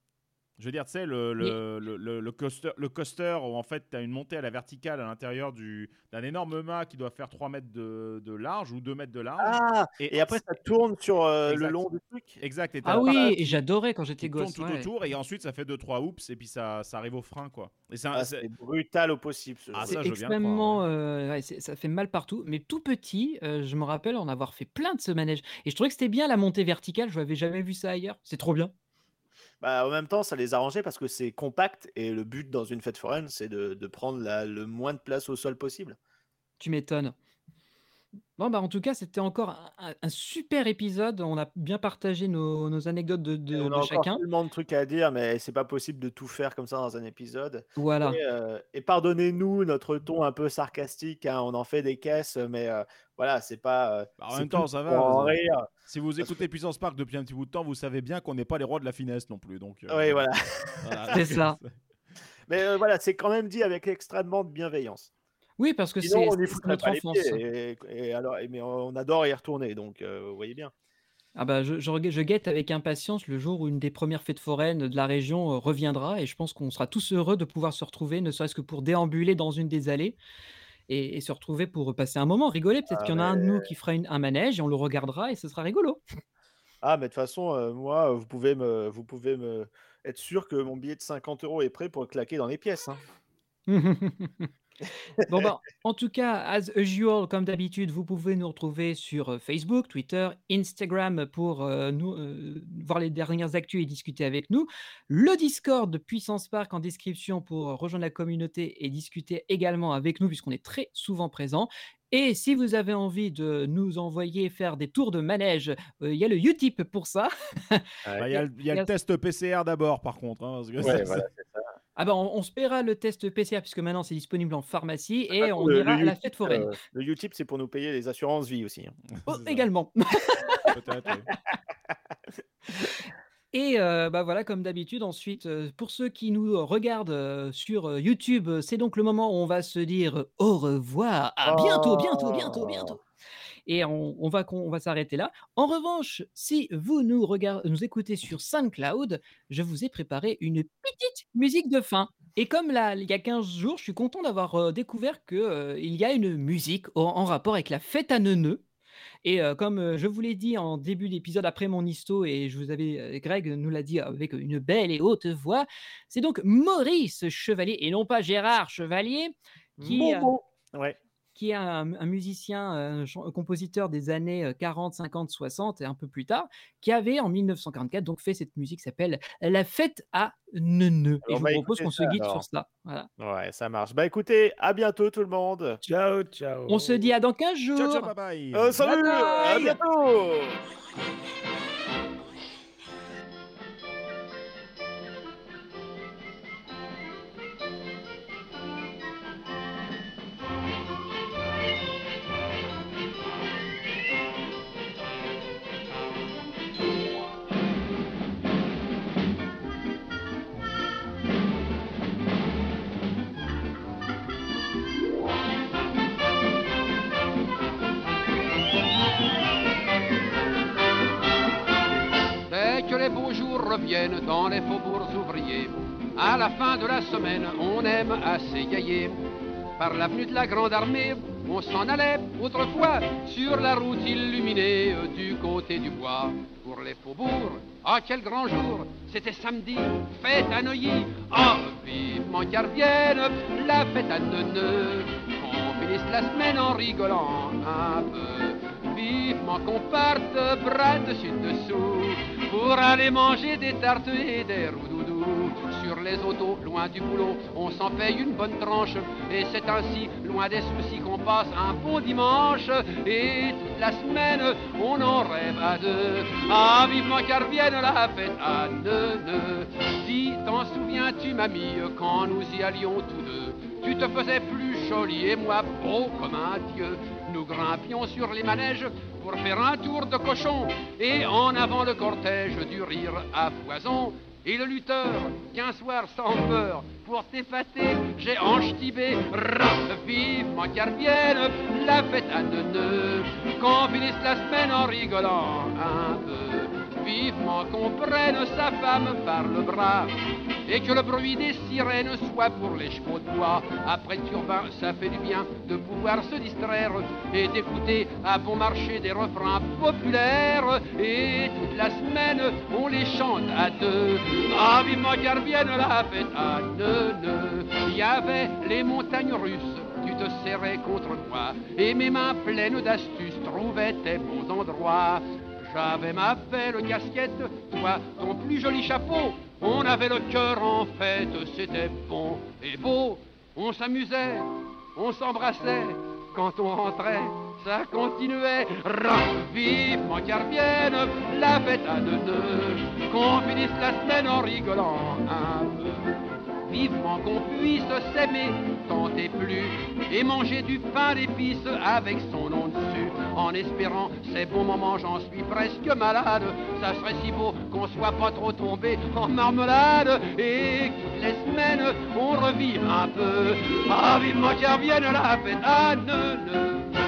Speaker 7: Je veux dire, tu sais, le, le, le, le, le coaster, le coaster où en fait tu as une montée à la verticale à l'intérieur du, d'un énorme mât qui doit faire trois mètres de, de large ou deux mètres de large.
Speaker 5: Ah, et, et après, ça tourne sur euh, le
Speaker 7: Exact.
Speaker 5: long du truc.
Speaker 7: Exact. Et t'as
Speaker 9: Ah
Speaker 7: la
Speaker 9: oui,
Speaker 7: parade
Speaker 9: et
Speaker 7: qui-
Speaker 9: j'adorais quand j'étais
Speaker 7: qui tourne
Speaker 9: gosse.
Speaker 7: tout
Speaker 9: ouais.
Speaker 7: autour et ensuite ça fait deux trois oups et puis ça, ça arrive au frein quoi. Et c'est un-
Speaker 5: Ah,
Speaker 7: c'est-
Speaker 5: c'est brutal au possible. Ce
Speaker 7: Ah,
Speaker 5: jeu.
Speaker 7: ça,
Speaker 9: C'est
Speaker 7: je veux bien le croire,
Speaker 9: extrêmement. euh, ouais, c'est- ça fait mal partout. Mais tout petit, euh, je me rappelle en avoir fait plein de ce manège. Et je trouvais que c'était bien la montée verticale. Je n'avais jamais vu ça ailleurs. C'est trop bien.
Speaker 5: Bah, en même temps, ça les arrangeait parce que c'est compact et le but dans une fête foraine, c'est de, de prendre la- le moins de place au sol possible.
Speaker 9: Tu m'étonnes. Bon, bah, en tout cas, c'était encore un, un- un super épisode. On a bien partagé nos, nos anecdotes de, de-
Speaker 5: Et on a
Speaker 9: de
Speaker 5: encore
Speaker 9: chacun.
Speaker 5: tellement de trucs à dire, mais c'est pas possible de tout faire comme ça dans un épisode.
Speaker 9: Voilà.
Speaker 5: Et, euh, et pardonnez-nous notre ton un peu sarcastique, hein, on en fait des caisses, mais euh, voilà, c'est pas. euh,
Speaker 7: Bah, en
Speaker 5: c'est
Speaker 7: même
Speaker 5: tout
Speaker 7: temps, ça
Speaker 5: pour
Speaker 7: va.
Speaker 5: en
Speaker 7: ça-
Speaker 5: rire.
Speaker 7: Si vous
Speaker 5: Parce
Speaker 7: écoutez Puissance Park depuis un petit bout de temps, vous savez bien qu'on n'est pas les rois de la finesse non plus. Donc, euh,
Speaker 5: Oui, voilà.
Speaker 7: voilà.
Speaker 9: C'est ça.
Speaker 5: Mais euh, voilà, c'est quand même dit avec extrêmement de bienveillance.
Speaker 9: Oui, parce que
Speaker 5: Sinon,
Speaker 9: c'est
Speaker 5: on y
Speaker 9: c'est
Speaker 5: foutrait
Speaker 9: notre
Speaker 5: pas les
Speaker 9: enfance.
Speaker 5: pieds. Et, et alors, et- mais on adore y retourner, donc euh, vous voyez bien.
Speaker 9: Ah bah, je, je reg- je guette avec impatience le jour où une des premières fêtes foraines de la région euh, reviendra et je pense qu'on sera tous heureux de pouvoir se retrouver, ne serait-ce que pour déambuler dans une des allées et, et se retrouver pour passer un moment, rigoler. Peut-être
Speaker 5: Ah,
Speaker 9: qu'il y en a un de
Speaker 5: mais-
Speaker 9: nous qui fera une- un manège et on le regardera et ce sera rigolo.
Speaker 5: Ah, mais de toute façon, euh, moi, vous pouvez me, vous pouvez me être sûr que mon billet de cinquante euros est prêt pour le claquer dans les pièces. hein.
Speaker 9: Bon, bah, en tout cas, as usual, comme d'habitude, vous pouvez nous retrouver sur euh, Facebook, Twitter, Instagram pour euh, nous, euh, voir les dernières actus et discuter avec nous. Le Discord de Puissance Park en description pour euh, rejoindre la communauté et discuter également avec nous, puisqu'on est très souvent présent. Et si vous avez envie de nous envoyer faire des tours de manège, euh, il y a le Utip pour ça.
Speaker 7: Bah, Il y a, le- il y a
Speaker 9: Et à-
Speaker 7: le test P C R d'abord, par contre. hein, parce que
Speaker 5: Ouais,
Speaker 7: ça,
Speaker 5: voilà,
Speaker 7: c'est-
Speaker 5: c'est ça.
Speaker 9: Ah bah, on on se paiera le test P C R puisque maintenant c'est disponible en pharmacie et on
Speaker 5: Le,
Speaker 9: ira
Speaker 5: le
Speaker 9: à la
Speaker 5: Utip,
Speaker 9: fête foraine.
Speaker 5: euh, le Utip, c'est pour nous payer les assurances vie aussi. hein.
Speaker 9: Oh,
Speaker 7: C'est ça.
Speaker 9: également.
Speaker 7: Peut-être, oui.
Speaker 9: Et heu, bah, voilà, comme d'habitude, ensuite, heu, pour ceux qui nous, heu, regardent, heu, sur, heu, YouTube, heu, c'est donc le moment où on va se dire, heu, au revoir, à bientôt, bientôt, bientôt,
Speaker 5: Oh.
Speaker 9: bientôt et on on va con on va s'arrêter là. En revanche, si vous nous regard nous écoutez sur SoundCloud, je vous ai préparé une petite musique de fin et comme là, il y a quinze jours, je suis content d'avoir, heu, découvert que, heu, il y a une musique en en rapport avec la fête à Neuneu. Et heu, comme, heu, je vous l'ai dit en début d'épisode après mon histo et je vous avais, heu, Greg nous l'a dit avec une belle et haute voix, c'est donc Maurice Chevalier et non pas Gérard Chevalier qui, heu,
Speaker 5: Momo. Ouais.
Speaker 9: qui est un un musicien, heu, chan compositeur des années, heu, quarante, cinquante, soixante et un peu plus tard, qui avait en mille neuf cent quarante-quatre donc fait cette musique qui s'appelle «La fête à Neuneu» et
Speaker 5: On
Speaker 9: je vous
Speaker 5: va
Speaker 9: propose
Speaker 5: écouter
Speaker 9: qu'on
Speaker 5: ça
Speaker 9: se guide sur
Speaker 5: alors.
Speaker 9: ça. Voilà.
Speaker 5: Ouais, ça marche. Bah écoutez, à bientôt tout le monde.
Speaker 8: Ciao, ciao.
Speaker 9: On se dit à dans quinze
Speaker 7: Ciao, ciao,
Speaker 9: jours.
Speaker 7: bye bye.
Speaker 5: Euh, salut, à
Speaker 9: bye.
Speaker 5: bientôt.
Speaker 10: Dès que les beaux jours reviennent dans les faubourgs ouvriers, à la fin de la semaine, on aime à s'égayer. Par l'avenue de la Grande Armée, on s'en allait autrefois sur la route illuminée du côté du bois. Pour les faubourgs, ah quel grand jour, c'était samedi, fête à Neuilly. Ah, vivement qu'elle revienne, la fête à Neuneu, qu'on finisse la semaine en rigolant un peu. Vivement qu'on parte bras dessus dessous pour aller manger des tartes et des roudoudous. Sur les autos, loin du boulot, on s'en fait une bonne tranche. Et c'est ainsi, loin des soucis, qu'on passe un bon dimanche. Et toute la semaine, on en rêve à deux. Ah, vivement qu'elle revienne la fête à Neuneu. Dis, t'en souviens-tu, mamie, quand nous y allions tous deux? Tu te faisais plus joli et moi beau comme un dieu. Nous grimpions sur les manèges pour faire un tour de cochon. Et en avant le cortège du rire à foison. Et le lutteur, qu'un soir sans peur, pour t'épater, j'ai enchtibé, vivement qu'elle revienne, la fête à Neuneu, qu'on finisse la semaine en rigolant un peu, vivement qu'on prenne sa femme par le bras, et que le bruit des sirènes soit pour les chevaux de bois. Après le turbin, ça fait du bien de pouvoir se distraire et d'écouter à bon marché des refrains populaires. Et toute la semaine, on les chante à deux. Ah, vivement qu'elle revienne la fête à Neuneu. Il y avait les montagnes russes, tu te serrais contre moi, et mes mains pleines d'astuces trouvaient tes bons endroits. J'avais ma belle casquette, toi ton plus joli chapeau. On avait le cœur en fête, c'était bon et beau. On s'amusait, on s'embrassait, quand on rentrait, ça continuait. Vivement qu'elle revienne, la fête à Neuneu, qu'on finisse la semaine en rigolant un peu. Vivement qu'on puisse s'aimer tant et plus, et manger du pain d'épices avec son nom dessus. En espérant ces bons moments, j'en suis presque malade. Ça serait si beau qu'on soit pas trop tombé en marmelade. Et toutes les semaines, on revive un peu. Ah, vivement qu'elle revienne la fête à Neuneu.